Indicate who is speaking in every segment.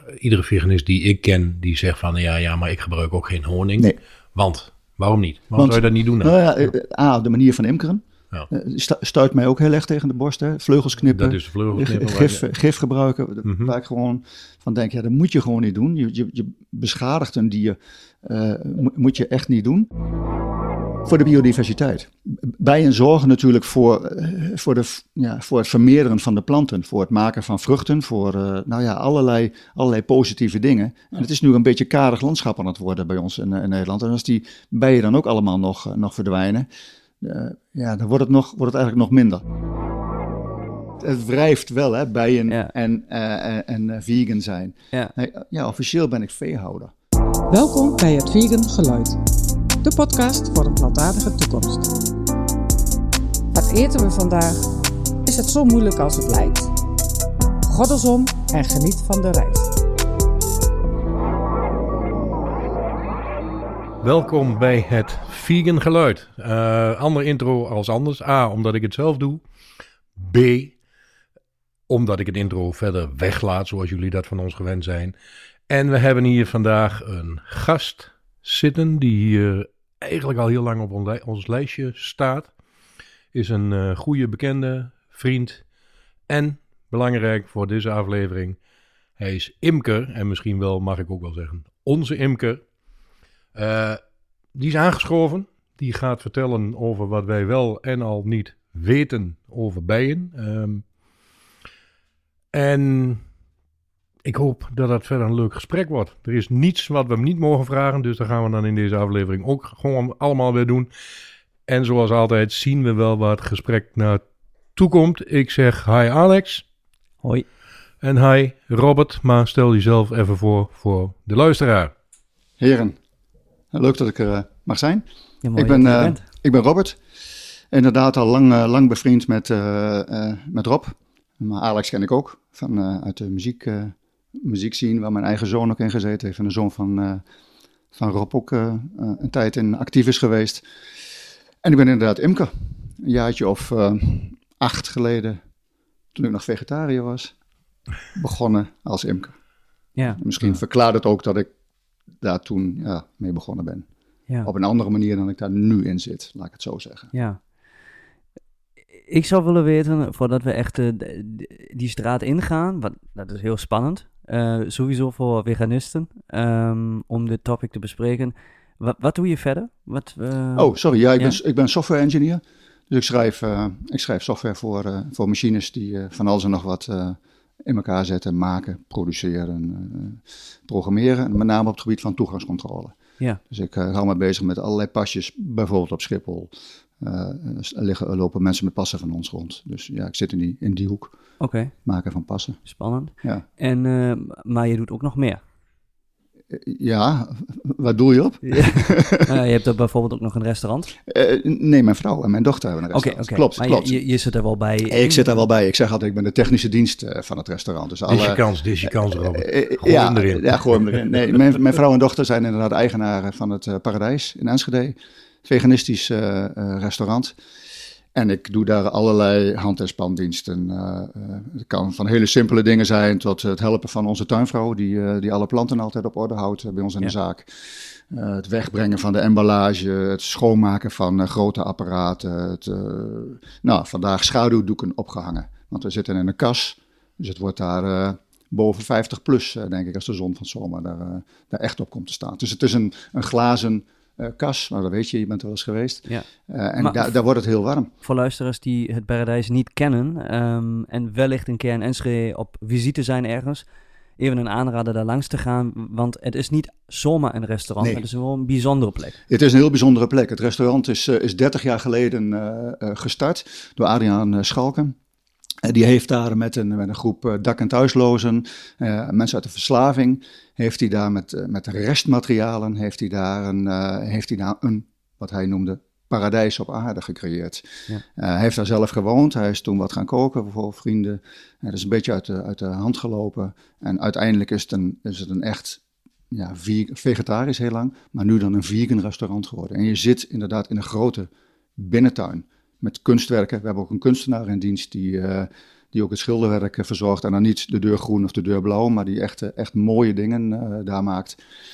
Speaker 1: iedere veganist die ik ken, die zegt van ja, maar ik gebruik ook geen honing.
Speaker 2: Nee.
Speaker 1: Want, waarom niet? Waarom zou je dat niet doen dan?
Speaker 2: De manier van imkeren.
Speaker 1: Ja.
Speaker 2: Stuit mij ook heel erg tegen de borst. Hè? Vleugels knippen.
Speaker 1: Dat is de vleugels knippen.
Speaker 2: Gif gebruiken. Waar ik gewoon van denk, dat moet je gewoon niet doen. Je beschadigt een dier. Moet je echt niet doen. Voor de biodiversiteit. Bijen zorgen natuurlijk voor het vermeerderen van de planten. Voor het maken van vruchten. Voor allerlei positieve dingen. En het is nu een beetje karig landschap aan het worden bij ons in Nederland. En als die bijen dan ook allemaal nog verdwijnen. Dan wordt het eigenlijk nog minder. Het wrijft wel, hè, bijen en vegan zijn. Ja, officieel ben ik veehouder.
Speaker 3: Welkom bij het Vegan Geluid. De podcast voor een plantaardige toekomst. Wat eten we vandaag? Is het zo moeilijk als het lijkt? Goddelsom en geniet van de reis.
Speaker 1: Welkom bij het Vegan Geluid. Andere intro als anders. A, omdat ik het zelf doe. B, omdat ik het intro verder weglaat, zoals jullie dat van ons gewend zijn. En we hebben hier vandaag een gast zitten die hier eigenlijk al heel lang op ons lijstje staat. Is een goede bekende, vriend en belangrijk voor deze aflevering. Hij is imker en misschien wel, mag ik ook wel zeggen, onze imker. Die is aangeschoven. Die gaat vertellen over wat wij wel en al niet weten over bijen. En ik hoop dat het verder een leuk gesprek wordt. Er is niets wat we hem niet mogen vragen. Dus dat gaan we dan in deze aflevering ook gewoon allemaal weer doen. En zoals altijd zien we wel waar het gesprek naartoe komt. Ik zeg hi Alex.
Speaker 4: Hoi.
Speaker 1: En hi Robert. Maar stel jezelf even voor de luisteraar.
Speaker 2: Heren, leuk dat ik er mag zijn.
Speaker 4: Ja, mooi
Speaker 2: ik ben Robert. Inderdaad al lang bevriend met Rob. Maar Alex ken ik ook uit de muziekscene, waar mijn eigen zoon ook in gezeten heeft. En de zoon van Rob ook een tijd in actief is geweest. En ik ben inderdaad imker. Een jaartje of 8 geleden, toen ik nog vegetariër was, begonnen als imker.
Speaker 4: Ja.
Speaker 2: Misschien verklaart het ook dat ik daar toen mee begonnen ben.
Speaker 4: Ja.
Speaker 2: Op een andere manier dan ik daar nu in zit, laat ik het zo zeggen.
Speaker 4: Ja. Ik zou willen weten, voordat we echt die straat ingaan, dat is heel spannend, sowieso voor veganisten, om dit topic te bespreken. Wat doe je verder?
Speaker 2: Sorry, ik ben software engineer. Dus ik schrijf software voor machines die van alles en nog wat in elkaar zetten, maken, produceren, programmeren. Met name op het gebied van toegangscontrole.
Speaker 4: Ja.
Speaker 2: Dus ik hou me bezig met allerlei pasjes, bijvoorbeeld op Schiphol. Lopen mensen met passen van ons rond. Dus ja, ik zit in die hoek.
Speaker 4: Oké.
Speaker 2: Maken van passen.
Speaker 4: Spannend.
Speaker 2: Ja.
Speaker 4: Maar je doet ook nog meer.
Speaker 2: Ja, waar doe je op?
Speaker 4: Ja. Je hebt er bijvoorbeeld ook nog een restaurant?
Speaker 2: Nee, mijn vrouw en mijn dochter hebben een restaurant.
Speaker 4: Oké.
Speaker 2: Klopt,
Speaker 4: maar
Speaker 2: klopt.
Speaker 4: Je zit er wel bij?
Speaker 2: Ik zit er wel bij. Ik zeg altijd, ik ben de technische dienst van het restaurant. Dus
Speaker 1: Dit is je kans, Robert. Gooi hem erin.
Speaker 2: Ja, gooi hem erin. Nee, mijn vrouw en dochter zijn inderdaad eigenaren van het Paradijs in Enschede. Veganistisch restaurant. En ik doe daar allerlei hand- en spandiensten. Het kan van hele simpele dingen zijn tot het helpen van onze tuinvrouw, die alle planten altijd op orde houdt bij ons in de zaak. Het wegbrengen van de emballage, het schoonmaken van grote apparaten. Vandaag schaduwdoeken opgehangen. Want we zitten in een kas, dus het wordt daar boven 50 plus, denk ik, als de zon van zomer daar echt op komt te staan. Dus het is een glazen kas, nou dat weet je bent er wel eens geweest. Ja. Daar wordt het heel warm.
Speaker 4: Voor luisteraars die het Paradijs niet kennen en wellicht een keer in Enschede op visite zijn ergens, even een aanrader daar langs te gaan, want het is niet zomaar een restaurant, Het is wel een bijzondere plek.
Speaker 2: Het is een heel bijzondere plek. Het restaurant is 30 jaar geleden gestart door Adriaan Schalken. Die heeft daar met een groep dak- en thuislozen, mensen uit de verslaving, heeft hij daar met restmaterialen, heeft hij daar een, wat hij noemde, paradijs op aarde gecreëerd. Ja. Hij heeft daar zelf gewoond, hij is toen wat gaan koken voor vrienden. Dat is een beetje uit de hand gelopen. En uiteindelijk is het een echt vegetarisch heel lang, maar nu dan een vegan restaurant geworden. En je zit inderdaad in een grote binnentuin met kunstwerken. We hebben ook een kunstenaar in dienst die ook het schilderwerk verzorgt. En dan niet de deur groen of de deur blauw, maar die echt mooie dingen daar maakt.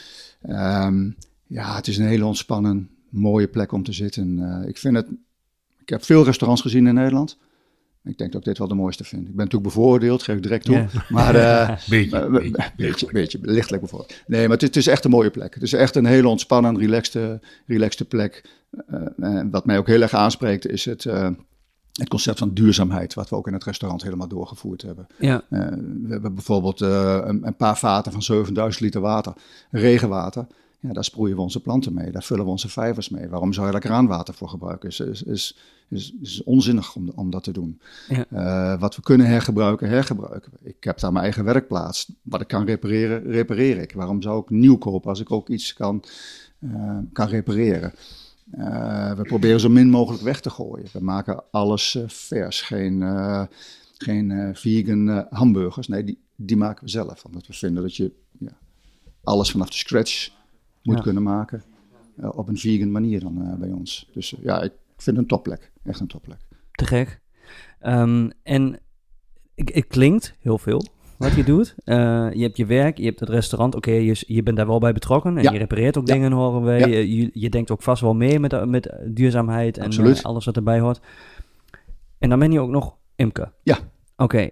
Speaker 2: Het is een hele ontspannen, mooie plek om te zitten. Ik heb veel restaurants gezien in Nederland. Ik denk dat ik dit wel de mooiste vind. Ik ben natuurlijk bevoordeeld, geef ik direct toe. Yeah. Maar beetje lichtelijk bevoordeeld. Nee, maar het is echt een mooie plek. Het is echt een hele ontspannen, relaxte plek. Wat mij ook heel erg aanspreekt is het concept van duurzaamheid, wat we ook in het restaurant helemaal doorgevoerd hebben. Ja. We hebben bijvoorbeeld een paar vaten van 7000 liter water, regenwater. Ja, daar sproeien we onze planten mee, daar vullen we onze vijvers mee. Waarom zou je daar kraanwater voor gebruiken? Is onzinnig om dat te doen. Ja. Wat we kunnen hergebruiken we. Ik heb daar mijn eigen werkplaats. Wat ik kan repareren, repareer ik. Waarom zou ik nieuw kopen als ik ook iets kan repareren? We proberen zo min mogelijk weg te gooien. We maken alles vers. Geen vegan hamburgers. Nee, die maken we zelf. Omdat we vinden dat je alles vanaf de scratch moet kunnen maken. Op een vegan manier dan bij ons. Dus ik vind het een topplek. Echt een topplek.
Speaker 4: Te gek. En het klinkt heel veel wat je doet. Je hebt je werk, je hebt het restaurant. Oké, je bent daar wel bij betrokken. En je repareert ook dingen, horen we. Ja. Je denkt ook vast wel mee met duurzaamheid en alles wat erbij hoort. En dan ben je ook nog imker.
Speaker 2: Ja.
Speaker 4: Oké,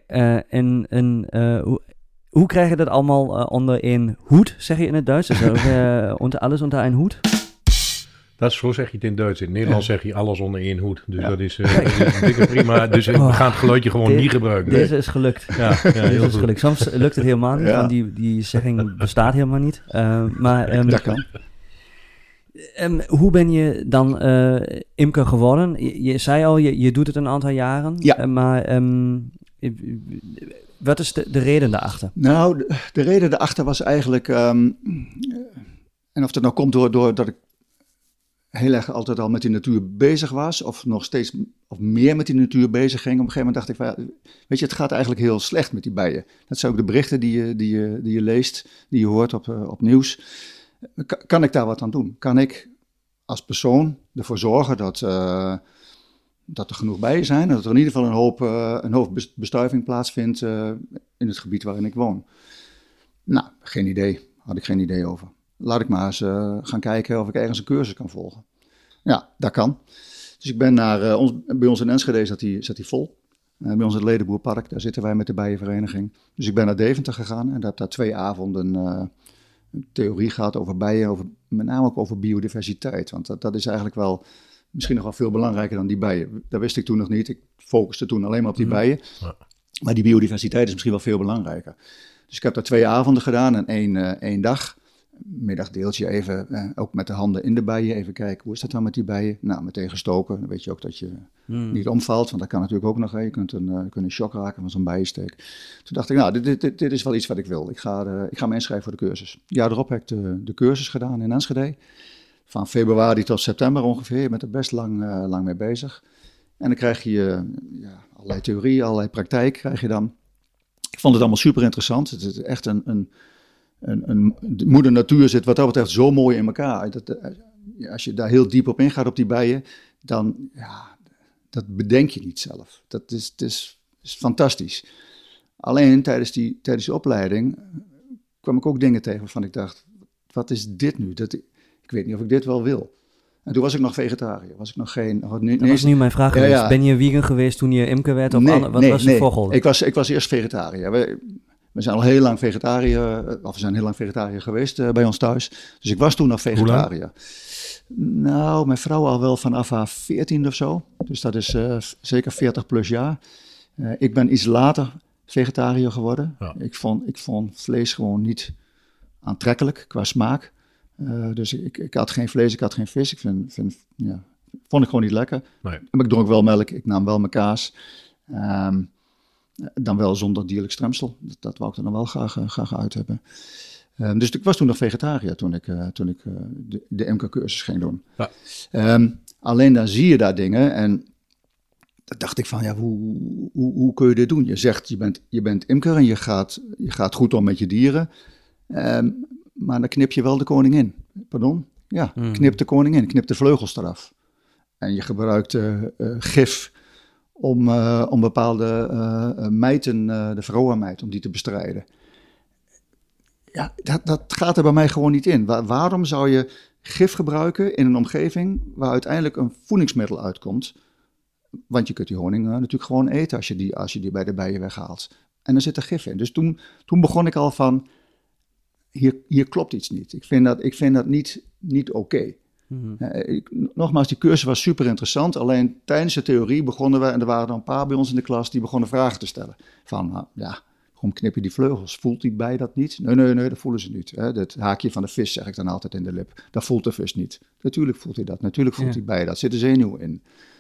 Speaker 4: hoe krijg je dat allemaal onder één hoed, zeg je in het Duits? Dus alles onder één hoed?
Speaker 1: Zo zeg je het in Duits. In het Nederlands zeg je alles onder één hoed. Dus dat is dikke prima. Dus we gaan het geluidje gewoon niet gebruiken.
Speaker 4: Deze is gelukt. Deze is gelukt. Soms lukt het helemaal niet, want die zegging bestaat helemaal niet.
Speaker 2: Dat kan.
Speaker 4: Hoe ben je dan imker geworden? Je zei al, je doet het een aantal jaren.
Speaker 2: Ja.
Speaker 4: Maar wat is de reden daarachter?
Speaker 2: Nou, de reden daarachter was eigenlijk... en of dat nou komt doordat ik heel erg altijd al met die natuur bezig was, of nog steeds of meer met die natuur bezig ging. Op een gegeven moment dacht ik, weet je, het gaat eigenlijk heel slecht met die bijen. Dat zijn ook de berichten die je leest, die je hoort op nieuws. Kan ik daar wat aan doen? Kan ik als persoon ervoor zorgen dat er genoeg bijen zijn en dat er in ieder geval een hoop bestuiving plaatsvindt in het gebied waarin ik woon? Nou, geen idee. Had ik geen idee over. Laat ik maar eens gaan kijken of ik ergens een cursus kan volgen. Ja, dat kan. Dus ik ben bij ons in Enschede zat die vol. Bij ons in het Ledenboerpark, daar zitten wij met de bijenvereniging. Dus ik ben naar Deventer gegaan en heb daar 2 avonden theorie gehad over bijen, met name ook over biodiversiteit. Want dat is eigenlijk wel misschien nog wel veel belangrijker dan die bijen. Dat wist ik toen nog niet. Ik focuste toen alleen maar op die bijen. Ja. Maar die biodiversiteit is misschien wel veel belangrijker. Dus ik heb daar 2 avonden gedaan en 1 dag. Middagdeeltje even, ook met de handen in de bijen, even kijken, hoe is dat dan met die bijen? Nou, meteen gestoken, dan weet je ook dat je niet omvalt, want dat kan natuurlijk ook nog, je kunt een shock raken van zo'n bijensteek. Toen dacht ik, nou, dit is wel iets wat ik wil. Ik ga me inschrijven voor de cursus. Ja, erop heb ik de cursus gedaan in Enschede. Van februari tot september ongeveer, je bent er best lang mee bezig. En dan krijg je allerlei theorie, allerlei praktijk krijg je dan. Ik vond het allemaal super interessant. Het is echt de moeder natuur zit wat dat betreft zo mooi in elkaar. Als je daar heel diep op ingaat op die bijen, dan dat bedenk je niet zelf. Dat is fantastisch. Alleen tijdens die opleiding kwam ik ook dingen tegen waarvan ik dacht, wat is dit nu? Ik weet niet of ik dit wel wil. En toen was ik nog vegetariër. Was ik nog geen...
Speaker 4: Dat was nu mijn vraag geweest. Ja. Ben je vegan geweest toen je imker werd? Of wat was de volgorde?
Speaker 2: Ik was eerst vegetariër. We zijn al heel lang vegetariër, of we zijn heel lang vegetariër geweest bij ons thuis. Dus ik was toen nog vegetariër. Nou, mijn vrouw al wel vanaf haar 14e of zo. Dus dat is zeker 40 plus jaar. Ik ben iets later vegetariër geworden. Ja. Ik vond vlees gewoon niet aantrekkelijk qua smaak. Dus ik had geen vlees, ik had geen vis. Vond ik gewoon niet lekker. Nee. Maar ik dronk wel melk, ik nam wel mijn kaas. Dan wel zonder dierlijk stremsel. Dat wou ik er dan wel graag uit hebben. Dus ik was toen nog vegetariër toen ik de imkercursus ging doen. Ja. Alleen dan zie je daar dingen en dan dacht ik van, hoe kun je dit doen? Je zegt, je bent imker en je gaat goed om met je dieren. Maar dan knip je wel de koningin. Pardon? Ja, knip de koningin, knip de vleugels eraf. En je gebruikt gif om bepaalde mijten, de varroa-mijt, om die te bestrijden. Ja, dat gaat er bij mij gewoon niet in. Waarom zou je gif gebruiken in een omgeving waar uiteindelijk een voedingsmiddel uitkomt? Want je kunt die honing natuurlijk gewoon eten als je die bij de bijen weghaalt. En dan zit er gif in. Dus toen begon ik al van, hier klopt iets niet. Ik vind dat niet oké. Mm-hmm. Nogmaals, die cursus was super interessant. Alleen tijdens de theorie begonnen we, en er waren er een paar bij ons in de klas, die begonnen vragen te stellen. Van, waarom knip je die vleugels? Voelt die bij dat niet? Nee, dat voelen ze niet. Dat haakje van de vis zeg ik dan altijd in de lip. Dat voelt de vis niet. Natuurlijk voelt hij dat. Natuurlijk voelt hij bij dat. Zit een zenuw in.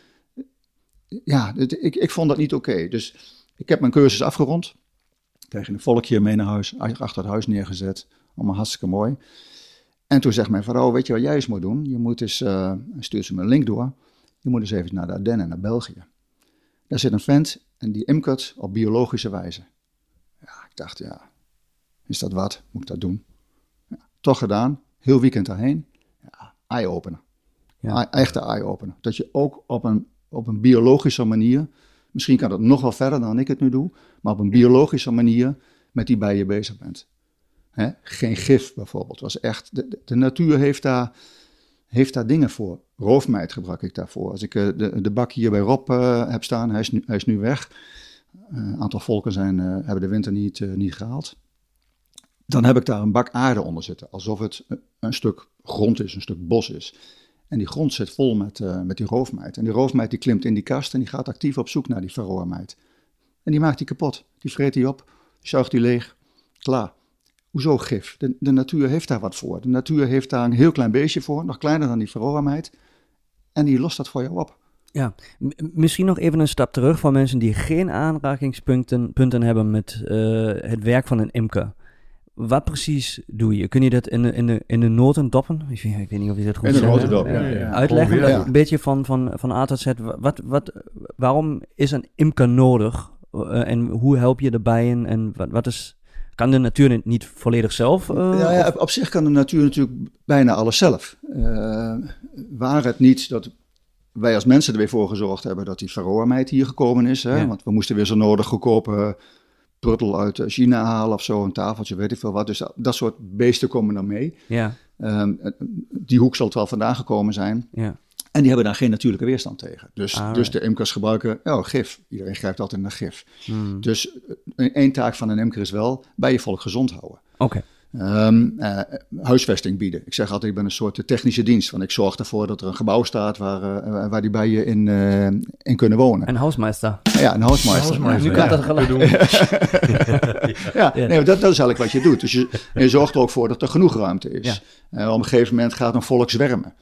Speaker 2: Ja, ik vond dat niet oké. Dus ik heb mijn cursus afgerond. Kreeg een volkje mee naar huis, achter het huis neergezet. Allemaal hartstikke mooi. En toen zegt mijn vrouw, weet je wat jij eens moet doen? Je moet eens, stuurt ze me een link door. Je moet eens even naar de Ardennen, naar België. Daar zit een vent en die imkert op biologische wijze. Ja, ik dacht, is dat wat? Moet ik dat doen? Ja, toch gedaan. Heel weekend daarheen. Ja, eye-opener. Ja. Echte eye-opener. Dat je ook op een biologische manier, misschien kan dat nog wel verder dan ik het nu doe, maar op een biologische manier met die bijen bezig bent. Geen gif bijvoorbeeld. Was echt, de natuur heeft daar dingen voor. Roofmijt gebruik ik daarvoor. Als ik de bak hier bij Rob heb staan, hij is nu weg. Een aantal volken hebben de winter niet gehaald. Dan heb ik daar een bak aarde onder zitten. Alsof het een stuk grond is, een stuk bos is. En die grond zit vol met die roofmijt. En die roofmijt die klimt in die kast en die gaat actief op zoek naar die varroa-mijt. En die maakt die kapot. Die vreet die op, zuigt die leeg. Klaar. Hoezo gif? De natuur heeft daar wat voor. De natuur heeft daar een heel klein beestje voor, nog kleiner dan die varroa-mijt. En die lost dat voor jou op.
Speaker 4: Ja, misschien nog even een stap terug voor mensen die geen aanrakingspunten hebben met het werk van een imker. Wat precies doe je? Kun je dat in de noten doppen? Ik weet niet of je dat goed zegt.
Speaker 2: In de notendop, ja.
Speaker 4: Uitleggen, een beetje van A tot Z. Waarom is een imker nodig? En hoe help je de bijen? En wat is... Kan de natuur niet volledig zelf?
Speaker 2: Op zich kan de natuur natuurlijk bijna alles zelf. Waar het niet dat wij als mensen er weer voor gezorgd hebben dat die varroa-mijt hier gekomen is. Hè? Ja. Want we moesten weer zo nodig goedkope pruttel uit China halen of zo, een tafeltje, weet ik veel wat. Dus dat soort beesten komen dan mee. Ja. Die hoek zal het wel vandaan gekomen zijn. Ja. En die hebben daar geen natuurlijke weerstand tegen. Dus de imkers gebruiken gif. Iedereen grijpt altijd naar gif. Dus één taak van een imker is wel bijenvolk gezond houden.
Speaker 4: Oké.
Speaker 2: Huisvesting bieden. Ik zeg altijd, ik ben een soort technische dienst. Want ik zorg ervoor dat er een gebouw staat waar die bijen in kunnen wonen.
Speaker 4: Een huismeester.
Speaker 2: Ja, een huismeester.
Speaker 4: Nu kan dat gelijk doen.
Speaker 2: Nee, dat is eigenlijk wat je doet. Dus je zorgt er ook voor dat er genoeg ruimte is. Op een gegeven moment gaat een volk zwermen.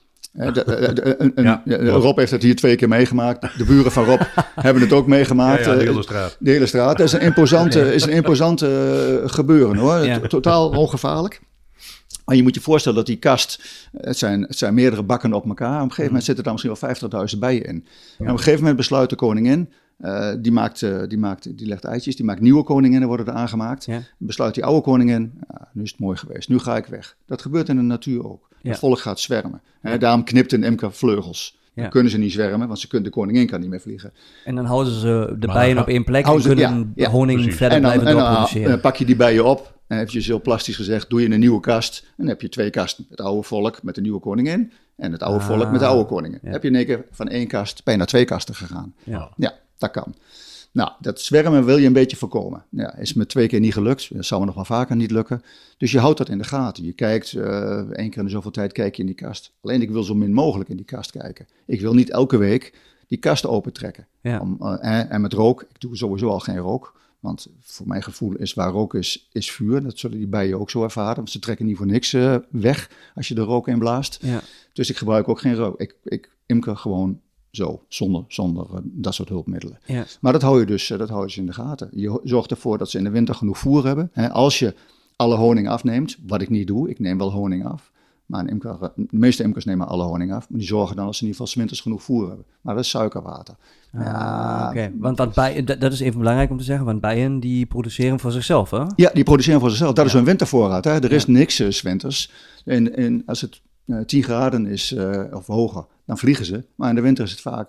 Speaker 2: Rob heeft het hier 2 keer meegemaakt. De buren van Rob hebben het ook meegemaakt.
Speaker 1: Ja, de hele straat.
Speaker 2: De hele straat. Dat is een imposante gebeuren hoor. Ja. Totaal ongevaarlijk. Maar je moet je voorstellen dat die kast, het zijn meerdere bakken op elkaar. Op een gegeven moment zitten daar misschien wel 50.000 bijen in. En op een gegeven moment besluit de koningin, die legt eitjes, die maakt nieuwe koninginnen, worden er aangemaakt. Ja. Besluit die oude koningin, nu is het mooi geweest, nu ga ik weg. Dat gebeurt in de natuur ook. Het volk gaat zwermen. Ja. Daarom knipt een imker vleugels. Dan kunnen ze niet zwermen, want de koningin kan niet meer vliegen.
Speaker 4: En dan houden ze de bijen op één plek en kunnen honing verder blijven doorproduceren.
Speaker 2: En dan pak je die bijen op. En eventjes heel plastisch gezegd, doe je in een nieuwe kast. En dan heb je 2 kasten. Het oude volk met de nieuwe koningin. En het oude volk met de oude koningin. Ja. Heb je in één keer van 1 kast bijna 2 kasten gegaan. Ja, dat kan. Nou, dat zwermen wil je een beetje voorkomen. Ja, is me 2 keer niet gelukt. Dat zal me nog wel vaker niet lukken. Dus je houdt dat in de gaten. Je kijkt, 1 keer in de zoveel tijd kijk je in die kast. Alleen ik wil zo min mogelijk in die kast kijken. Ik wil niet elke week die kast opentrekken. Ja. En met rook, ik doe sowieso al geen rook. Want voor mijn gevoel is waar rook is vuur. Dat zullen die bijen ook zo ervaren. Want ze trekken niet voor niks weg als je de rook inblaast. Ja. Dus ik gebruik ook geen rook. Ik imker gewoon zo, zonder dat soort hulpmiddelen. Ja. Maar dat hou je dus in de gaten. Je zorgt ervoor dat ze in de winter genoeg voer hebben. Als je alle honing afneemt, wat ik niet doe, ik neem wel honing af. Maar de meeste imkers nemen alle honing af. Maar die zorgen dan dat ze in ieder geval 's winters genoeg voer hebben. Maar dat is suikerwater.
Speaker 4: Oké. Want bijen, dat is even belangrijk om te zeggen. Want bijen die produceren voor zichzelf, hè?
Speaker 2: Ja, die produceren voor zichzelf. Dat is hun wintervoorraad. Hè? Er is niks 's winters. Als het 10 graden is of hoger, dan vliegen ze. Maar in de winter is het vaak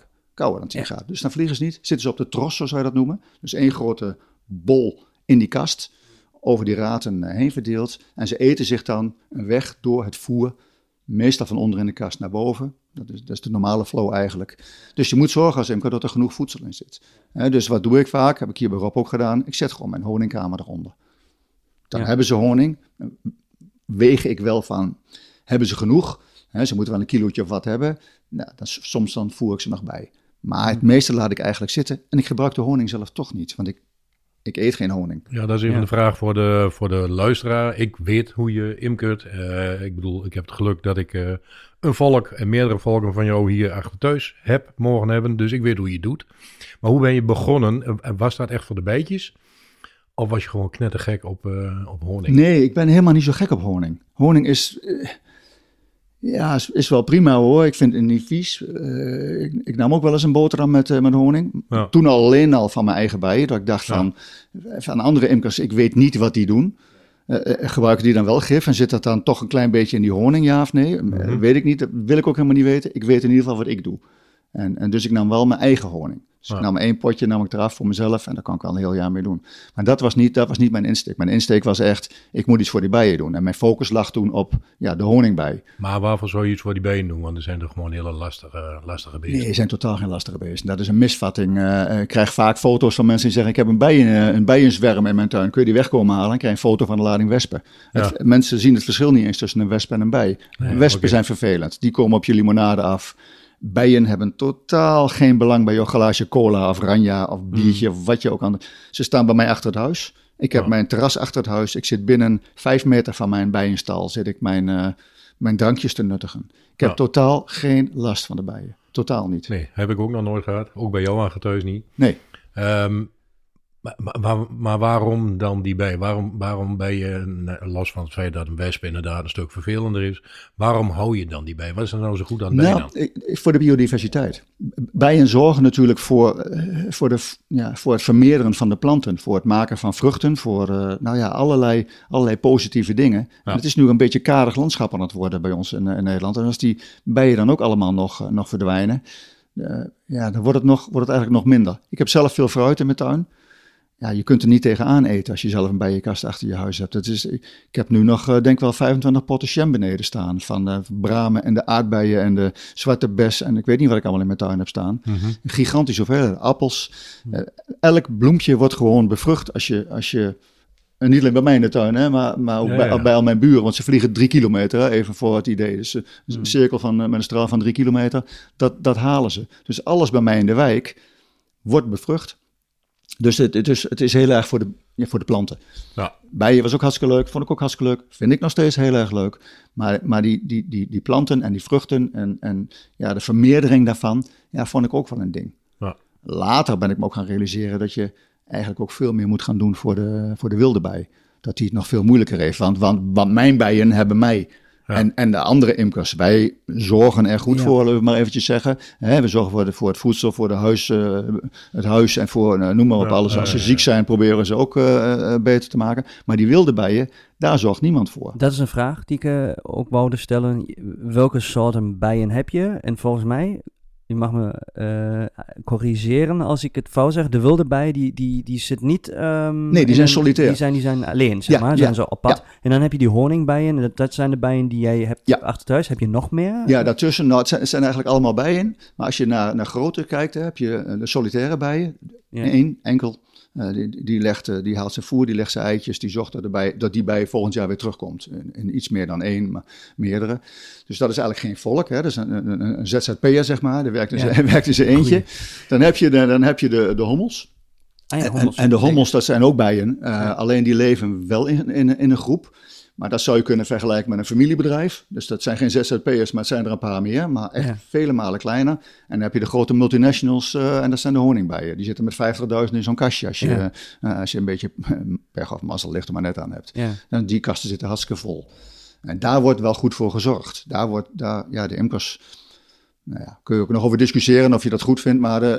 Speaker 2: kouder dan 10 graden. Dus dan vliegen ze niet. Zitten ze op de tros, zoals wij dat noemen. Dus 1 grote bol in die kast, over die raten heen verdeeld. En ze eten zich dan een weg door het voer, meestal van onder in de kast naar boven. Dat is de normale flow eigenlijk. Dus je moet zorgen als imker dat er genoeg voedsel in zit. Dus wat doe ik vaak, heb ik hier bij Rob ook gedaan. Ik zet gewoon mijn honingkamer eronder. Dan hebben ze honing. Weeg ik wel van, hebben ze genoeg? Ze moeten wel een kilootje of wat hebben. Nou, soms dan voer ik ze nog bij. Maar het meeste laat ik eigenlijk zitten. En ik gebruik de honing zelf toch niet, want ik eet geen honing.
Speaker 1: Ja, dat is even de vraag voor de luisteraar. Ik weet hoe je imkert. Ik bedoel, ik heb het geluk dat ik een volk en meerdere volken van jou hier achter thuis mogen hebben. Dus ik weet hoe je het doet. Maar hoe ben je begonnen? Was dat echt voor de bijtjes? Of was je gewoon knettergek op honing?
Speaker 2: Nee, ik ben helemaal niet zo gek op honing. Honing is wel prima hoor. Ik vind het niet vies. Ik nam ook wel eens een boterham met honing. Ja. Toen alleen al van mijn eigen bijen. Dat ik dacht van andere imkers, ik weet niet wat die doen. Gebruiken die dan wel gif en zit dat dan toch een klein beetje in die honing, ja of nee? Weet ik niet, dat wil ik ook helemaal niet weten. Ik weet in ieder geval wat ik doe. En dus ik nam wel mijn eigen honing. Dus ik nam 1 potje, nam ik eraf voor mezelf en daar kan ik al een heel jaar mee doen. Maar dat was niet mijn insteek. Mijn insteek was echt, ik moet iets voor die bijen doen. En mijn focus lag toen op de honingbij.
Speaker 1: Maar waarvoor zou je iets voor die bijen doen? Want er zijn toch gewoon hele lastige beesten?
Speaker 2: Nee, er zijn totaal geen lastige beesten. Dat is een misvatting. Ik krijg vaak foto's van mensen die zeggen, ik heb een bijenzwerm in mijn tuin. Kun je die weg komen halen? En krijg je een foto van een lading wespen. Ja. Mensen zien het verschil niet eens tussen een wesp en een bij. Nee, wespen zijn vervelend. Die komen op je limonade af. Bijen hebben totaal geen belang bij jouw glaasje cola of ranja of biertje of wat je ook aan. Ze staan bij mij achter het huis. Ik heb mijn terras achter het huis. Ik zit binnen 5 meter van mijn bijenstal. Zit ik mijn drankjes te nuttigen. Ik heb totaal geen last van de bijen. Totaal niet.
Speaker 1: Nee, heb ik ook nog nooit gehad. Ook bij jou achter thuis niet.
Speaker 2: Nee.
Speaker 1: Maar waarom dan die bij? Waarom ben je, los van het feit dat een wesp inderdaad een stuk vervelender is, waarom hou je dan die bij? Wat is er nou zo goed aan bijen dan?
Speaker 2: Voor de biodiversiteit. Bijen zorgen natuurlijk voor het vermeerderen van de planten, voor het maken van vruchten, voor allerlei positieve dingen. Ja. Het is nu een beetje karig landschap aan het worden bij ons in Nederland. En als die bijen dan ook allemaal nog verdwijnen, dan wordt het eigenlijk nog minder. Ik heb zelf veel fruit in mijn tuin. Ja, je kunt er niet tegenaan eten als je zelf een bijenkast achter je huis hebt. Ik heb nu nog, denk wel 25 potten jam beneden staan. Van de bramen en de aardbeien en de zwarte bes. En ik weet niet wat ik allemaal in mijn tuin heb staan. Mm-hmm. Gigantisch hoeveelheid appels. Elk bloempje wordt gewoon bevrucht als je niet alleen bij mij in de tuin, hè, maar ook bij al mijn buren. Want ze vliegen 3 kilometer, hè, even voor het idee. Dus een cirkel met een straal van 3 kilometer, dat halen ze. Dus alles bij mij in de wijk wordt bevrucht. Dus het is heel erg voor de planten. Ja. Bijen was ook hartstikke leuk, vond ik ook hartstikke leuk. Vind ik nog steeds heel erg leuk. Maar die planten en die vruchten en de vermeerdering daarvan, vond ik ook wel een ding. Ja. Later ben ik me ook gaan realiseren dat je eigenlijk ook veel meer moet gaan doen voor de wilde bij. Dat die het nog veel moeilijker heeft. Want mijn bijen hebben mij. Ja. En de andere imkers, wij zorgen er goed voor, laten we maar eventjes zeggen. We zorgen voor het voedsel, voor het huis en voor, noem maar op, alles. Als ze ziek zijn, proberen ze ook beter te maken. Maar die wilde bijen, daar zorgt niemand voor.
Speaker 4: Dat is een vraag die ik ook wou stellen. Welke soorten bijen heb je? En volgens mij, je mag me corrigeren als ik het fout zeg. De wilde bij, die zit niet...
Speaker 2: nee, die zijn solitair.
Speaker 4: Die zijn alleen, zeg maar. Zijn zo op pad. Ja. En dan heb je die honingbijen. En dat zijn de bijen die jij hebt achter thuis. Heb je nog meer?
Speaker 2: Ja, daartussen. Nou, het zijn eigenlijk allemaal bijen. Maar als je naar grootte kijkt, heb je de solitaire bijen. Eén, enkel. Die haalt zijn voer, die legt zijn eitjes, die zorgt dat die bij volgend jaar weer terugkomt. In iets meer dan 1, maar meerdere. Dus dat is eigenlijk geen volk. Hè? Dat is een ZZP'er, zeg maar. Daar werkt in zijn eentje. Dan heb je de hommels. En de hommels, dat zijn ook bijen. Alleen die leven wel in een groep. Maar dat zou je kunnen vergelijken met een familiebedrijf. Dus dat zijn geen ZZP'ers, maar het zijn er een paar meer. Maar echt vele malen kleiner. En dan heb je de grote multinationals en dat zijn de honingbijen. Die zitten met 50.000 in zo'n kastje als je een beetje pech of mazzel ligt er maar net aan hebt. Ja. En die kasten zitten hartstikke vol. En daar wordt wel goed voor gezorgd. De imkers, kun je ook nog over discussiëren of je dat goed vindt, maar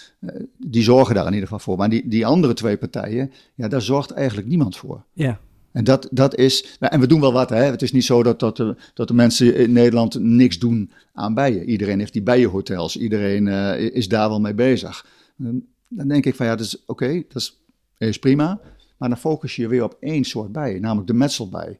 Speaker 2: die zorgen daar in ieder geval voor. Maar die andere 2 partijen, daar zorgt eigenlijk niemand voor.
Speaker 4: Ja.
Speaker 2: En dat is... En we doen wel wat, hè. Het is niet zo dat de mensen in Nederland niks doen aan bijen. Iedereen heeft die bijenhotels. Iedereen is daar wel mee bezig. Dan denk ik van ja, dat is oké, dat is prima. Maar dan focus je weer op één soort bij, namelijk de metselbij.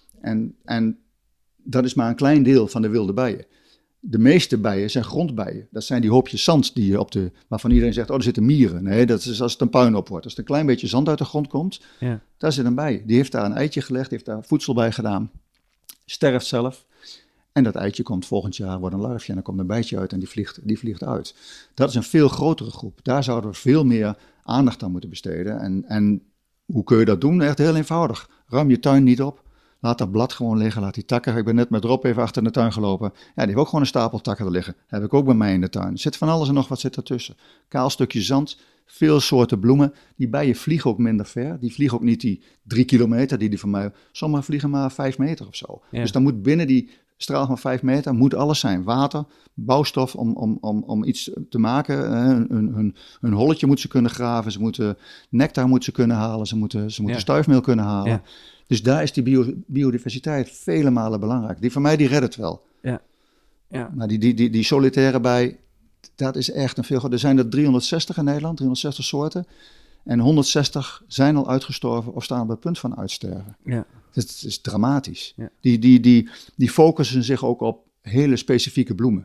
Speaker 2: En dat is maar een klein deel van de wilde bijen. De meeste bijen zijn grondbijen. Dat zijn die hoopjes zand die je waarvan iedereen zegt, er zitten mieren. Nee, dat is als het een puinhoop wordt. Als er een klein beetje zand uit de grond komt, daar zit een bij. Die heeft daar een eitje gelegd, heeft daar voedsel bij gedaan, sterft zelf. En dat eitje komt volgend jaar, wordt een larfje en dan komt een bijtje uit en die vliegt uit. Dat is een veel grotere groep. Daar zouden we veel meer aandacht aan moeten besteden. En hoe kun je dat doen? Echt heel eenvoudig. Ruim je tuin niet op. Laat dat blad gewoon liggen, laat die takken. Ik ben net met Rob even achter in de tuin gelopen. Ja, die heeft ook gewoon een stapel takken er liggen. Heb ik ook bij mij in de tuin. Er zit van alles en nog wat zit ertussen. Kaal stukje zand, veel soorten bloemen. Die bijen vliegen ook minder ver. Die vliegen ook niet die 3 kilometer die van mij... Sommigen vliegen maar 5 meter of zo. Ja. Dus dan moet binnen die straal van 5 meter moet alles zijn. Water, bouwstof om iets te maken. Een holletje moeten ze kunnen graven. Ze moeten nectar moeten ze kunnen halen. Ze moeten stuifmeel kunnen halen. Ja. Dus daar is die biodiversiteit vele malen belangrijk. Die van mij, die redt het wel. Ja. Ja. Maar die solitaire bij, dat is echt een veel... Er zijn er 360 in Nederland, 360 soorten. En 160 zijn al uitgestorven of staan op het punt van uitsterven. Ja. Het is dramatisch. Ja. Die focussen zich ook op hele specifieke bloemen.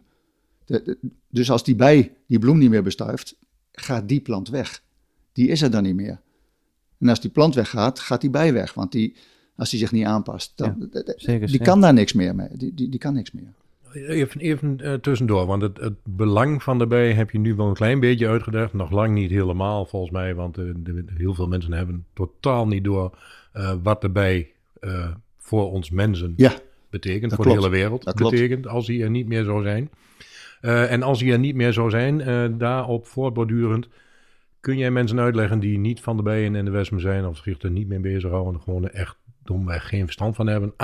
Speaker 2: Dus als die bij die bloem niet meer bestuift, gaat die plant weg. Die is er dan niet meer. En als die plant weggaat, gaat die bij weg. Want als die zich niet aanpast, dan, die kan daar niks meer mee. Die kan niks meer.
Speaker 1: Even tussendoor, want het belang van de bij heb je nu wel een klein beetje uitgelegd. Nog lang niet helemaal volgens mij, want heel veel mensen hebben totaal niet door wat de bij voor ons mensen betekent. Voor klopt. De hele wereld betekent, als die er niet meer zou zijn. En als die er niet meer zou zijn, daarop voortbordurend, kun jij mensen uitleggen die niet van de bijen en de wespen zijn of zich er niet mee bezighouden, gewoon echt domweg geen verstand van hebben?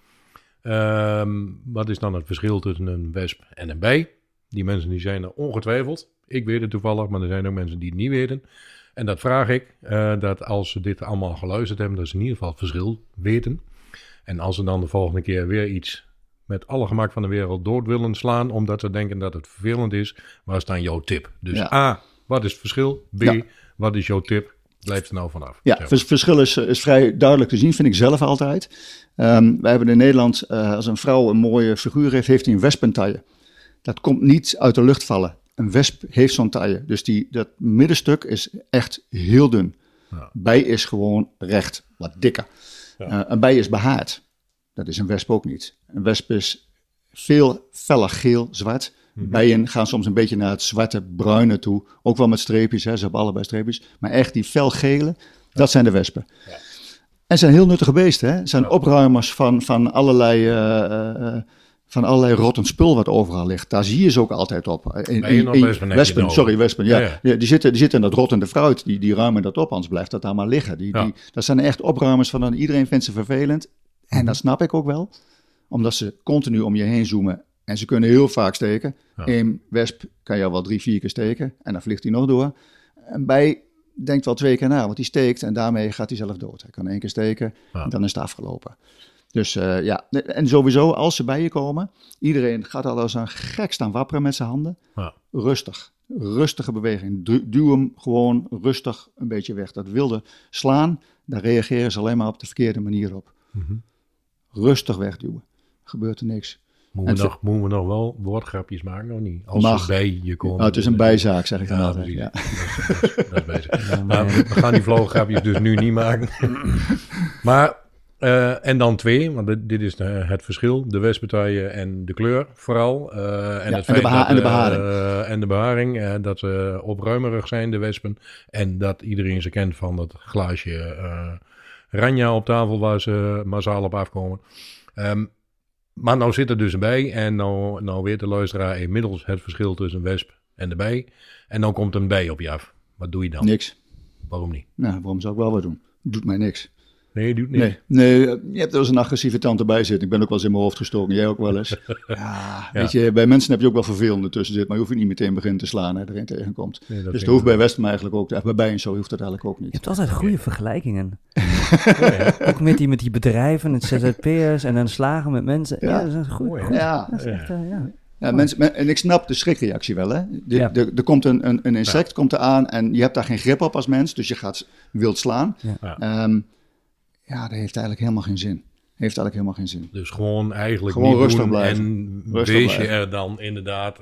Speaker 1: Wat is dan het verschil tussen een wesp en een bij? Die mensen die zijn er ongetwijfeld. Ik weet het toevallig, maar er zijn ook mensen die het niet weten. En dat vraag ik, dat als ze dit allemaal geluisterd hebben, dat ze in ieder geval het verschil weten. En als ze dan de volgende keer weer iets met alle gemak van de wereld dood willen slaan, omdat ze denken dat het vervelend is, waar is dan jouw tip? Dus A, wat is het verschil? B, wat is jouw tip? Blijf er nou vanaf.
Speaker 2: Ja, het verschil is vrij duidelijk te zien, vind ik zelf altijd. Wij hebben in Nederland, als een vrouw een mooie figuur heeft hij een wespentaille. Dat komt niet uit de lucht vallen. Een wesp heeft zo'n taille. Dus dat middenstuk is echt heel dun. Ja. Bij is gewoon recht, wat dikker. Ja. Een bij is behaard. Dat is een wesp ook niet. Een wesp is veel feller geel, zwart. Bijen gaan soms een beetje naar het zwarte, bruine toe. Ook wel met streepjes, hè. Ze hebben allebei streepjes. Maar echt die felgele, dat zijn de wespen. Ja. En zijn heel nuttige beesten. Hè. Het zijn opruimers van allerlei rottend spul wat overal ligt. Daar zie je ze ook altijd op. Wespen. Ja. Die zitten in dat rottende fruit. Die ruimen dat op, anders blijft dat daar maar liggen. Dat zijn echt opruimers van iedereen vindt ze vervelend. En dat snap ik ook wel. Omdat ze continu om je heen zoomen. En ze kunnen heel vaak steken. Ja. Een wesp kan je wel 3-4 keer steken. En dan vliegt hij nog door. Een bij denkt wel 2 keer na. Want die steekt en daarmee gaat hij zelf dood. Hij kan 1 keer steken en dan is het afgelopen. Dus en sowieso als ze bij je komen. Iedereen gaat al als een gek staan wapperen met zijn handen. Ja. Rustig. Rustige beweging. Duw hem gewoon rustig een beetje weg. Dat wilde slaan, daar reageren ze alleen maar op de verkeerde manier op. Mm-hmm. Rustig wegduwen. Gebeurt er niks.
Speaker 1: Moeten we nog wel woordgrapjes maken, of niet? Als ze bij je komen.
Speaker 2: Het is een bijzaak, zeg ik dan altijd. Ja.
Speaker 1: Dat is bijzaak. Maar we gaan die vlooggapjes dus nu niet maken. Maar, en dan 2, want dit is het verschil. De wespentaille en de kleur vooral. En de beharing. En de beharing. Dat ze opruimerig zijn, de wespen. En dat iedereen ze kent van dat glaasje Ranja op tafel waar ze massaal op afkomen. Maar nou zit er dus een bij en nou weet de luisteraar inmiddels het verschil tussen een wesp en de bij. En dan komt een bij op je af. Wat doe je dan?
Speaker 2: Niks.
Speaker 1: Waarom niet?
Speaker 2: Nou, waarom zou ik wel wat doen? Doet mij niks.
Speaker 1: Nee, doet niet.
Speaker 2: Nee, je hebt er eens een agressieve tante bij zitten. Ik ben ook wel eens in mijn hoofd gestoken. Jij ook wel eens. Weet je, bij mensen heb je ook wel vervelende tussen zitten. Maar je hoeft niet meteen beginnen te slaan hè, erin tegenkomt.
Speaker 1: Nee,
Speaker 2: dus dat hoeft bij Westem eigenlijk ook. Bij Bijen zo hoeft dat eigenlijk ook niet.
Speaker 4: Je hebt altijd goede vergelijkingen. Ook met die bedrijven, het ZZP'ers en dan slagen met mensen. Ja, dat is goed.
Speaker 2: Ja.
Speaker 4: Dat is echt,
Speaker 2: Ja, mensen, en ik snap de schrikreactie wel. Hè? Er komt een insect komt er aan en je hebt daar geen grip op als mens. Dus je gaat wild slaan. Dat heeft eigenlijk helemaal geen zin.
Speaker 1: Dus gewoon eigenlijk
Speaker 2: gewoon
Speaker 1: niet
Speaker 2: rustig
Speaker 1: doen
Speaker 2: blijven.
Speaker 1: En
Speaker 2: rustig
Speaker 1: wees
Speaker 2: blijven.
Speaker 1: je er dan inderdaad...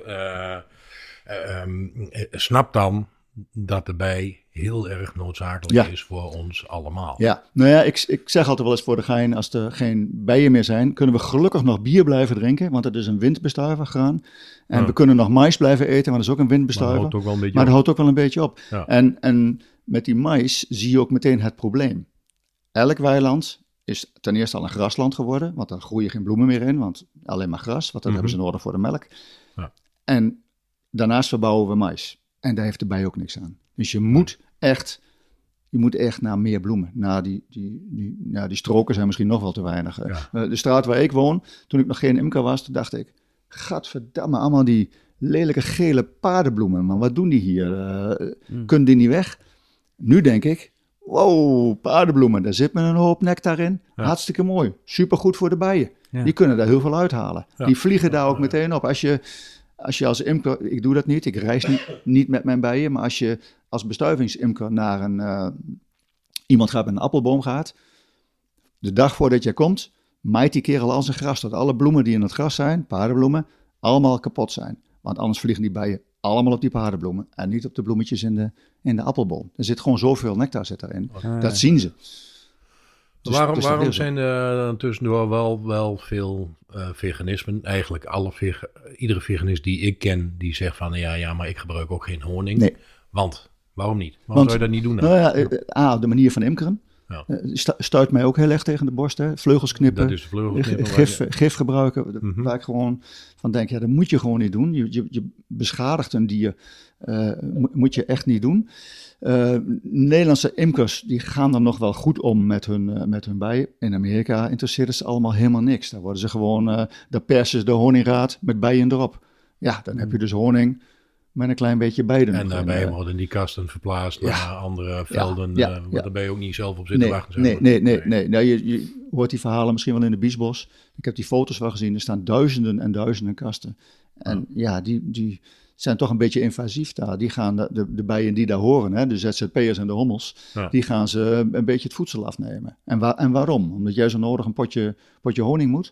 Speaker 1: snap dan dat de bij heel erg noodzakelijk is voor ons allemaal.
Speaker 2: Ja, nou ja, ik zeg altijd wel eens voor de gein, als er geen bijen meer zijn, kunnen we gelukkig nog bier blijven drinken, want het is een windbestuiver graan. En we kunnen nog mais blijven eten, want dat is ook een windbestuiver. Maar dat houdt ook wel een beetje op. Ja. En met die mais zie je ook meteen het probleem. Elk weiland is ten eerste al een grasland geworden, want daar groeien geen bloemen meer in, want alleen maar gras, want dat hebben ze nodig voor de melk. Ja. En daarnaast verbouwen we mais. En daar heeft de bij ook niks aan. Dus je moet echt naar meer bloemen. Die stroken zijn misschien nog wel te weinig. Ja. De straat waar ik woon, toen ik nog geen imker was, toen dacht ik, gadverdamme, allemaal die lelijke gele paardenbloemen. Maar wat doen die hier? Kunnen die niet weg? Nu denk ik, wow, paardenbloemen, daar zit me een hoop nectar in. Ja. Hartstikke mooi. Supergoed voor de bijen. Ja. Die kunnen daar heel veel uithalen. Ja. Die vliegen daar ook meteen op. Als je als imker, ik doe dat niet, ik reis niet met mijn bijen, maar als je als bestuivingsimker naar iemand gaat met een appelboom gaat, de dag voordat jij komt, maait die kerel al zijn gras, dat alle bloemen die in het gras zijn, paardenbloemen, allemaal kapot zijn. Want anders vliegen die bijen allemaal op die paardenbloemen en niet op de bloemetjes in de appelboom. Er zit gewoon zoveel nectar erin. Dat zien ze.
Speaker 1: Dus, waarom zijn er tussendoor wel veel veganismen? Eigenlijk iedere veganist die ik ken, die zegt van ja, maar ik gebruik ook geen honing. Nee. Want, waarom niet? Waarom zou je dat niet doen dan?
Speaker 2: Nou ja, de manier van imkeren. Ja. Stuit mij ook heel erg tegen de borst. Hè? Vleugels knippen,
Speaker 1: dat is vleugels knippen,
Speaker 2: gif gebruiken. Waar ik gewoon van denk, dat moet je gewoon niet doen. Je beschadigt een dier. Moet je echt niet doen. Nederlandse imkers die gaan er nog wel goed om met hun bijen. In Amerika interesseert het ze allemaal helemaal niks. Daar worden ze gewoon, daar persen ze de honingraad met bijen erop. Ja, dan heb je dus honing met een klein beetje bijen.
Speaker 1: En daarbij worden die kasten verplaatst naar andere velden. Daar ben je ook niet zelf op zitten wachten.
Speaker 2: Nee. Nou, je hoort die verhalen misschien wel in de Biesbos. Ik heb die foto's wel gezien. Er staan duizenden en duizenden kasten. En die zijn toch een beetje invasief daar. Die gaan de bijen die daar horen, hè, de ZZP'ers en de hommels, die gaan ze een beetje het voedsel afnemen. En waarom? Omdat jij zo nodig een potje honing moet?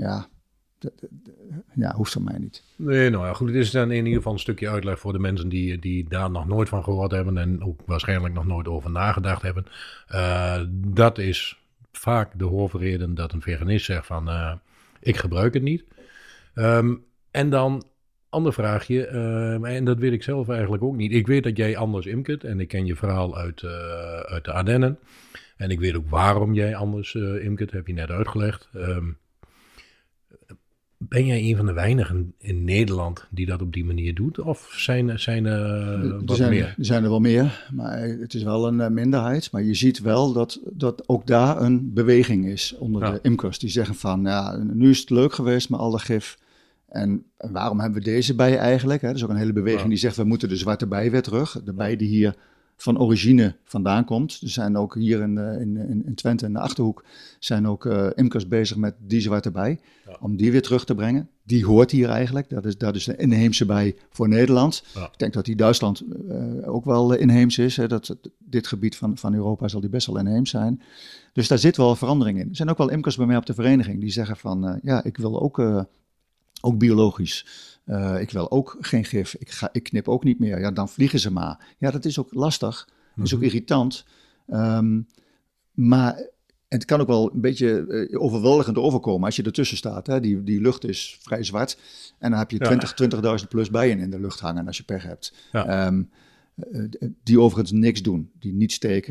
Speaker 2: Ja, hoeft van mij niet.
Speaker 1: Nee, nou ja, goed. Het is dan in ieder geval een stukje uitleg voor de mensen die daar nog nooit van gehoord hebben en ook waarschijnlijk nog nooit over nagedacht hebben. Dat is vaak de hoofdreden dat een veganist zegt van ik gebruik het niet. En dan ander vraagje, en dat weet ik zelf eigenlijk ook niet. Ik weet dat jij anders imkert en ik ken je verhaal uit de Ardennen. En ik weet ook waarom jij anders imkert, heb je net uitgelegd. Ben jij een van de weinigen in Nederland die dat op die manier doet? Of zijn er meer?
Speaker 2: Er zijn er wel meer, maar het is wel een minderheid. Maar je ziet wel dat ook daar een beweging is onder de imkers. Die zeggen van, nu is het leuk geweest met al dat gif. En waarom hebben we deze bij eigenlijk? Hè? Er is ook een hele beweging die zegt, we moeten de zwarte bij weer terug. De bij die hier van origine vandaan komt. Er zijn ook hier in Twente in de Achterhoek zijn ook imkers bezig met die zwarte bij. Ja. Om die weer terug te brengen. Die hoort hier eigenlijk. Dat is de inheemse bij voor Nederland. Ja. Ik denk dat die Duitsland ook wel inheems is. Hè. Dit gebied van Europa zal die best wel inheems zijn. Dus daar zit wel verandering in. Er zijn ook wel imkers bij mij op de vereniging die zeggen van ik wil ook biologisch. Ik wil ook geen gif. Ik knip ook niet meer. Ja, dan vliegen ze maar. Ja, dat is ook lastig. Dat is ook irritant. Maar het kan ook wel een beetje overweldigend overkomen als je ertussen staat. Hè? Die lucht is vrij zwart. En dan heb je 20.000 plus bijen in de lucht hangen als je pech hebt. Ja. Die overigens niks doen. Die niet steken.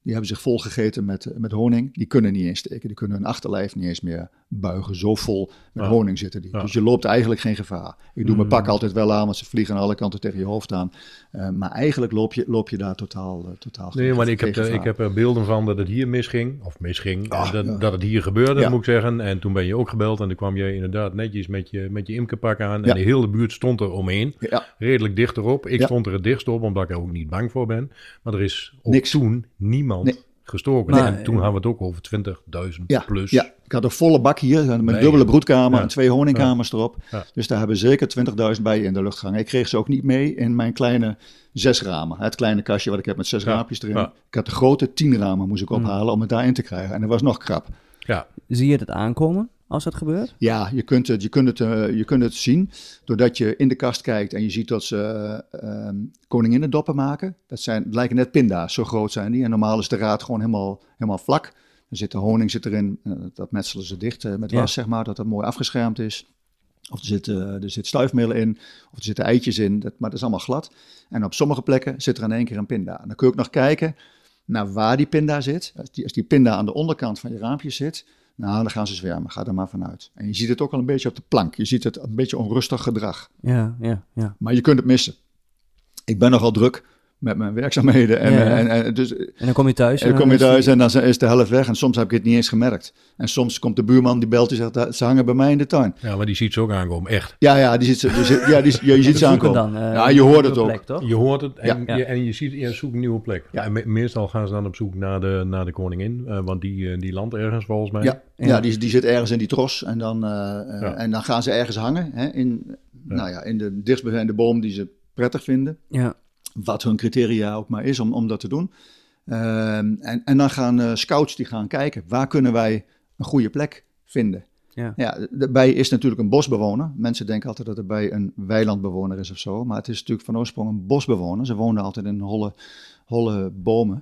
Speaker 2: Die hebben zich volgegeten met honing. Die kunnen niet eens steken. Die kunnen hun achterlijf niet eens meer buigen. Zo vol met honing zitten die. Dus je loopt eigenlijk geen gevaar. Ik doe mijn pak altijd wel aan, want ze vliegen aan alle kanten tegen je hoofd aan. Maar eigenlijk loop je daar totaal
Speaker 1: nee, maar ik heb er beelden van dat het hier misging. Dat het hier gebeurde, moet ik zeggen. En toen ben je ook gebeld en dan kwam je inderdaad netjes met je imkerpak aan. En de hele buurt stond er omheen. Ja. Redelijk dicht erop. Ik stond er het dichtst op, omdat ik er ook niet bang voor ben. Maar er is ook toen niemand gestoken. Nee. En toen hadden we het ook over 20.000 plus. Ja,
Speaker 2: ik had een volle bak hier met dubbele broedkamer en 2 honingkamers erop. Ja. Dus daar hebben zeker 20.000 bijen in de lucht gehangen. Ik kreeg ze ook niet mee in mijn kleine 6 ramen. Het kleine kastje wat ik heb met 6 raampjes erin. Ja. Ik had de grote 10 ramen moest ik ophalen om het daarin te krijgen. En dat was nog krap.
Speaker 4: Ja. Zie je het aankomen als dat gebeurt?
Speaker 2: Ja, je kunt het zien doordat je in de kast kijkt en je ziet dat ze koninginnedoppen maken. Het lijken net pinda's, zo groot zijn die. En normaal is de raad gewoon helemaal vlak. Er zit de honing erin, dat metselen ze dicht met was, zeg maar, dat het mooi afgeschermd is. Of er zit stuifmeel in, of er zitten eitjes in, maar dat is allemaal glad. En op sommige plekken zit er in één keer een pinda. En dan kun je ook nog kijken naar waar die pinda zit. Als die pinda aan de onderkant van je raampje zit, nou, dan gaan ze zwermen. Ga er maar vanuit. En je ziet het ook al een beetje op de plank. Je ziet het een beetje onrustig gedrag.
Speaker 4: Ja.
Speaker 2: Maar je kunt het missen. Ik ben nogal druk met mijn werkzaamheden. En
Speaker 4: dan kom je thuis.
Speaker 2: En dan is de helft weg. En soms heb ik het niet eens gemerkt. En soms komt de buurman, die belt en zegt, ze hangen bij mij in de tuin.
Speaker 1: Ja, maar die ziet ze ook aankomen, echt.
Speaker 2: Ja, je ziet ze aankomen. Je hoort het ook.
Speaker 4: Plek, toch?
Speaker 1: Je hoort het en je ziet, je zoekt een nieuwe plek. Ja. En meestal gaan ze dan op zoek naar de koningin. Want die landt ergens volgens mij.
Speaker 2: Ja, die zit ergens in die tros. En dan gaan ze ergens hangen. Hè, in de dichtstbijzijnde boom die ze prettig vinden. Ja. Wat hun criteria ook maar is om dat te doen. En dan gaan scouts die gaan kijken. Waar kunnen wij een goede plek vinden? Ja, de bij is natuurlijk een bosbewoner. Mensen denken altijd dat de bij een weilandbewoner is of zo. Maar het is natuurlijk van oorsprong een bosbewoner. Ze wonen altijd in holle bomen.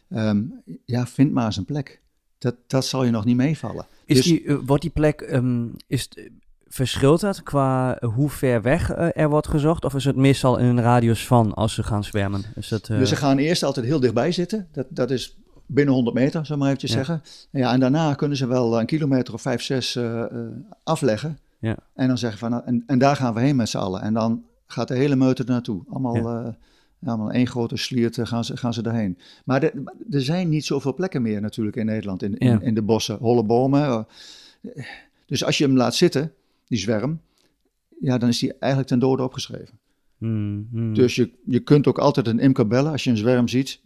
Speaker 2: Vind maar eens een plek. Dat zal je nog niet meevallen.
Speaker 4: Wordt die plek... Verschilt dat qua hoe ver weg er wordt gezocht? Of is het meestal in een radius van als ze gaan zwermen? Is dat,
Speaker 2: Dus ze gaan eerst altijd heel dichtbij zitten. Dat is binnen 100 meter, zou maar eventjes zeggen. Ja, en daarna kunnen ze wel een kilometer of 5, 6 afleggen. Ja. En dan zeggen van, en daar gaan we heen met z'n allen. En dan gaat de hele meute er naartoe. Allemaal één grote sliert gaan ze daarheen. Maar er zijn niet zoveel plekken meer natuurlijk in Nederland. In de bossen, holle bomen. Dus als je hem laat zitten, die zwerm, dan is die eigenlijk ten dode opgeschreven. Dus je kunt ook altijd een imker bellen als je een zwerm ziet.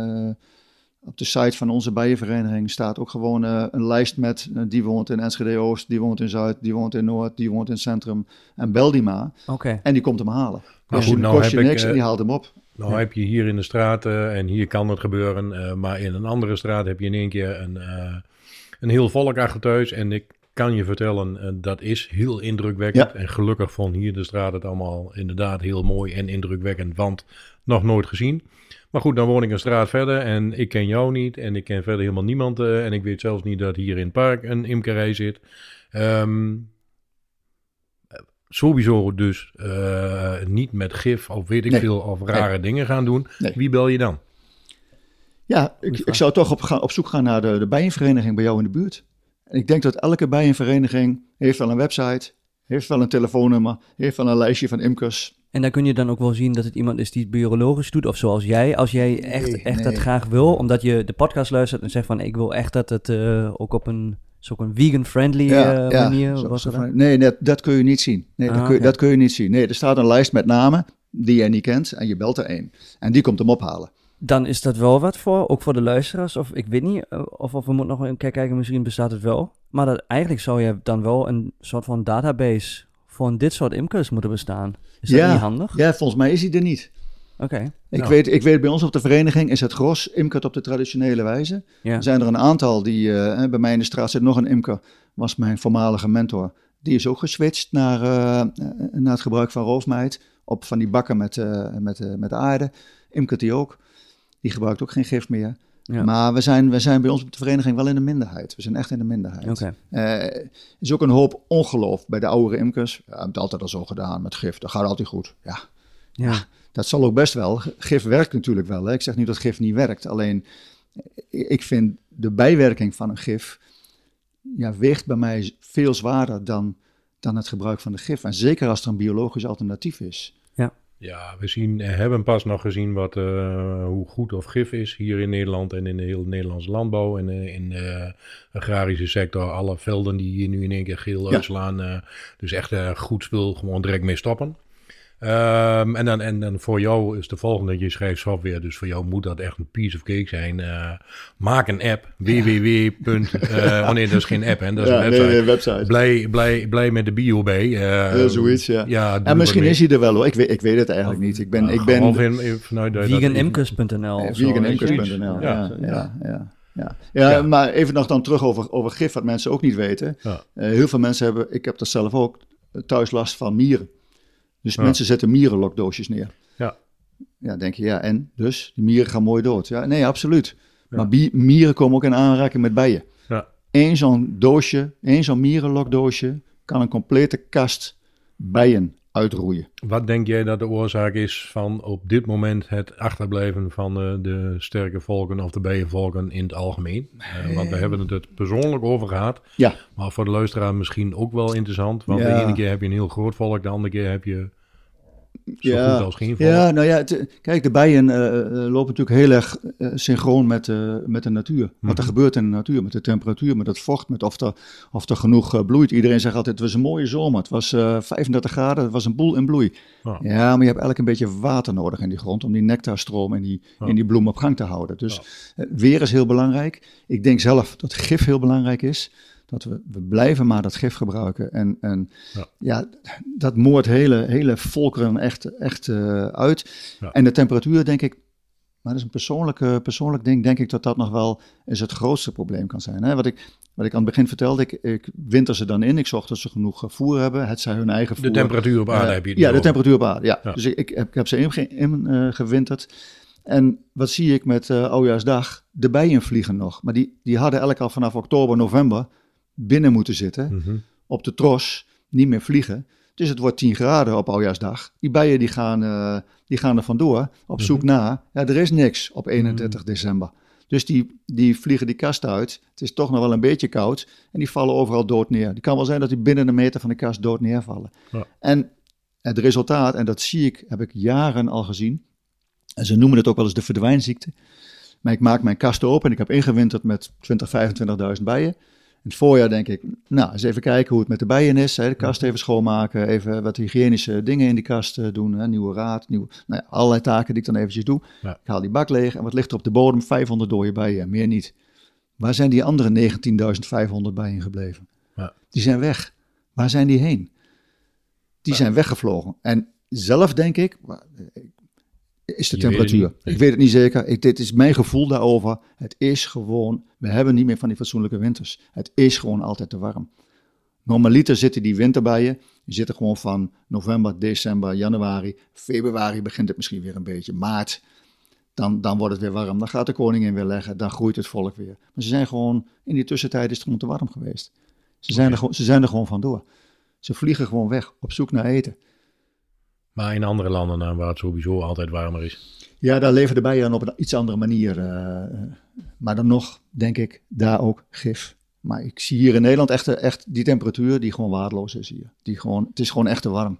Speaker 2: Op de site van onze bijenvereniging staat ook gewoon een lijst met die woont in Enschede Oost, die woont in Zuid, die woont in Noord, die woont in het centrum. En bel die maar. Okay. En die komt hem halen. Dus kost je niks en die haalt hem op.
Speaker 1: Nou heb je hier in de straat en hier kan het gebeuren. Maar in een andere straat heb je in één keer een heel volk achter thuis. En ik kan je vertellen, dat is heel indrukwekkend. Ja. En gelukkig vond hier de straat het allemaal inderdaad heel mooi en indrukwekkend. Want nog nooit gezien. Maar goed, dan woon ik een straat verder en ik ken jou niet. En ik ken verder helemaal niemand. En ik weet zelfs niet dat hier in het park een imkerij zit. Sowieso dus niet met gif of weet ik veel of rare dingen gaan doen. Nee. Wie bel je dan?
Speaker 2: Ja, ik zou toch op zoek gaan naar de bijenvereniging bij jou in de buurt. En ik denk dat elke bijenvereniging heeft wel een website, heeft wel een telefoonnummer, heeft wel een lijstje van imkers.
Speaker 4: En dan kun je dan ook wel zien dat het iemand is die het biologisch doet, of zoals jij. Als jij echt dat graag wil, omdat je de podcast luistert en zegt van ik wil echt dat het ook op een vegan-friendly manier was.
Speaker 2: Nee, dat kun je niet zien. Nee, dat kun je niet zien. Nee, er staat een lijst met namen die jij niet kent en je belt er één. En die komt hem ophalen.
Speaker 4: Dan is dat wel wat ook voor de luisteraars. Of ik weet niet, of we moeten nog een keer kijken, misschien bestaat het wel. Maar eigenlijk zou je dan wel een soort van database voor dit soort imkers moeten bestaan. Is dat niet handig?
Speaker 2: Ja, volgens mij is die er niet.
Speaker 4: Oké.
Speaker 2: Ik weet bij ons op de vereniging is het gros imkert op de traditionele wijze. Ja. Er zijn er een aantal die, bij mij in de straat zit nog een imker, was mijn voormalige mentor. Die is ook geswitcht naar het gebruik van roofmijt op van die bakken met aarde. Imkert die ook. Die gebruikt ook geen gif meer. Ja. Maar we zijn bij ons op de vereniging wel in de minderheid. We zijn echt in de minderheid. Okay. Er is ook een hoop ongeloof bij de oudere imkers. We hebben het altijd al zo gedaan met gif. Dat gaat altijd goed. Ja. Dat zal ook best wel. Gif werkt natuurlijk wel. Hè? Ik zeg niet dat gif niet werkt. Alleen ik vind de bijwerking van een gif weegt bij mij veel zwaarder dan het gebruik van de gif. En zeker als er een biologisch alternatief is.
Speaker 1: Ja, we hebben pas nog gezien hoe goed of gif is hier in Nederland en in de hele Nederlandse landbouw en in de agrarische sector. Alle velden die hier nu in één keer geel uitslaan. Dus echt goed spul, gewoon direct mee stoppen. En dan voor jou is de volgende, je schrijft software, dus voor jou moet dat echt een piece of cake zijn. Maak een app, nee, dat is geen app, hè, dat is een website. Blij met de bio bij.
Speaker 2: Zoiets, en misschien is hij er wel hoor, ik weet het eigenlijk niet. Ik ben
Speaker 4: veganimkers.nl.
Speaker 2: Veganimkers.nl, ja. Maar even nog dan terug over gif, wat mensen ook niet weten. Heel veel mensen ik heb dat zelf ook, thuis last van mieren. Dus mensen zetten mierenlokdoosjes neer. Ja, denk je, en? Dus? Die mieren gaan mooi dood. Ja, nee, absoluut. Ja. Maar mieren komen ook in aanraking met bijen. Ja. Eén zo'n mierenlokdoosje kan een complete kast bijen uitroeien.
Speaker 1: Wat denk jij dat de oorzaak is van op dit moment het achterblijven van de sterke volken of de bijenvolken in het algemeen? Want we hebben het er persoonlijk over gehad. Ja. Maar voor de luisteraar misschien ook wel interessant. Want de ene keer heb je een heel groot volk, de andere keer heb je zo goed als geen volk. Ja,
Speaker 2: nou ja, kijk, de bijen lopen natuurlijk heel erg synchroon met de natuur. Wat er gebeurt in de natuur, met de temperatuur, met het vocht, met of er genoeg bloeit. Iedereen zegt altijd, het was een mooie zomer. Het was 35 graden, het was een boel in bloei. Ja, maar je hebt eigenlijk een beetje water nodig in die grond om die nectarstroom in die bloem op gang te houden. Dus weer is heel belangrijk. Ik denk zelf dat gif heel belangrijk is. Dat we blijven maar dat gif gebruiken. En dat moordt hele volkeren echt uit. Ja. En de temperatuur, denk ik, maar dat is een persoonlijk ding, denk ik dat nog wel eens het grootste probleem kan zijn. Hè? Wat ik aan het begin vertelde, ik winter ze dan in. Ik zorg dat ze genoeg voer hebben. Het zijn hun eigen voer.
Speaker 1: De temperatuur op aarde heb je
Speaker 2: de temperatuur op aarde, ja. Dus ik heb ze ingewinterd. En wat zie ik met Oudejaarsdag? De bijen vliegen nog. Maar die hadden eigenlijk al vanaf oktober, november binnen moeten zitten, op de tros, niet meer vliegen. Dus het wordt 10 graden op Oudejaarsdag. Die bijen die gaan er vandoor op zoek naar, er is niks op 31 december. Dus die vliegen die kast uit. Het is toch nog wel een beetje koud en die vallen overal dood neer. Het kan wel zijn dat die binnen een meter van de kast dood neervallen. Ja. En het resultaat, en dat heb ik jaren al gezien, en ze noemen het ook wel eens de verdwijnziekte. Maar ik maak mijn kast open en ik heb ingewinterd met 20.000, 25.000 bijen. In het voorjaar denk ik, eens even kijken hoe het met de bijen is. De kast even schoonmaken, even wat hygiënische dingen in die kast doen. Nieuwe raad, allerlei taken die ik dan eventjes doe. Ja. Ik haal die bak leeg en wat ligt er op de bodem? 500 dode bijen, meer niet. Waar zijn die andere 19.500 bijen gebleven? Ja. Die zijn weg. Waar zijn die heen? Die zijn weggevlogen. En zelf denk ik, is de temperatuur. Ik weet het niet zeker. Dit is mijn gevoel daarover. Het is gewoon, we hebben niet meer van die fatsoenlijke winters. Het is gewoon altijd te warm. Normaliter zitten die winterbijen, die zitten gewoon van november, december, januari, februari begint het misschien weer een beetje, maart. Dan wordt het weer warm, dan gaat de koningin weer leggen, dan groeit het volk weer. Maar ze zijn gewoon, in die tussentijd is het gewoon te warm geweest. Ze zijn er gewoon vandoor. Ze vliegen gewoon weg, op zoek naar eten.
Speaker 1: Maar in andere landen dan waar het sowieso altijd warmer is?
Speaker 2: Ja, daar leven de bijen op een iets andere manier. Maar dan nog, denk ik, daar ook gif. Maar ik zie hier in Nederland echt die temperatuur die gewoon waardeloos is hier. Het is gewoon echt te warm.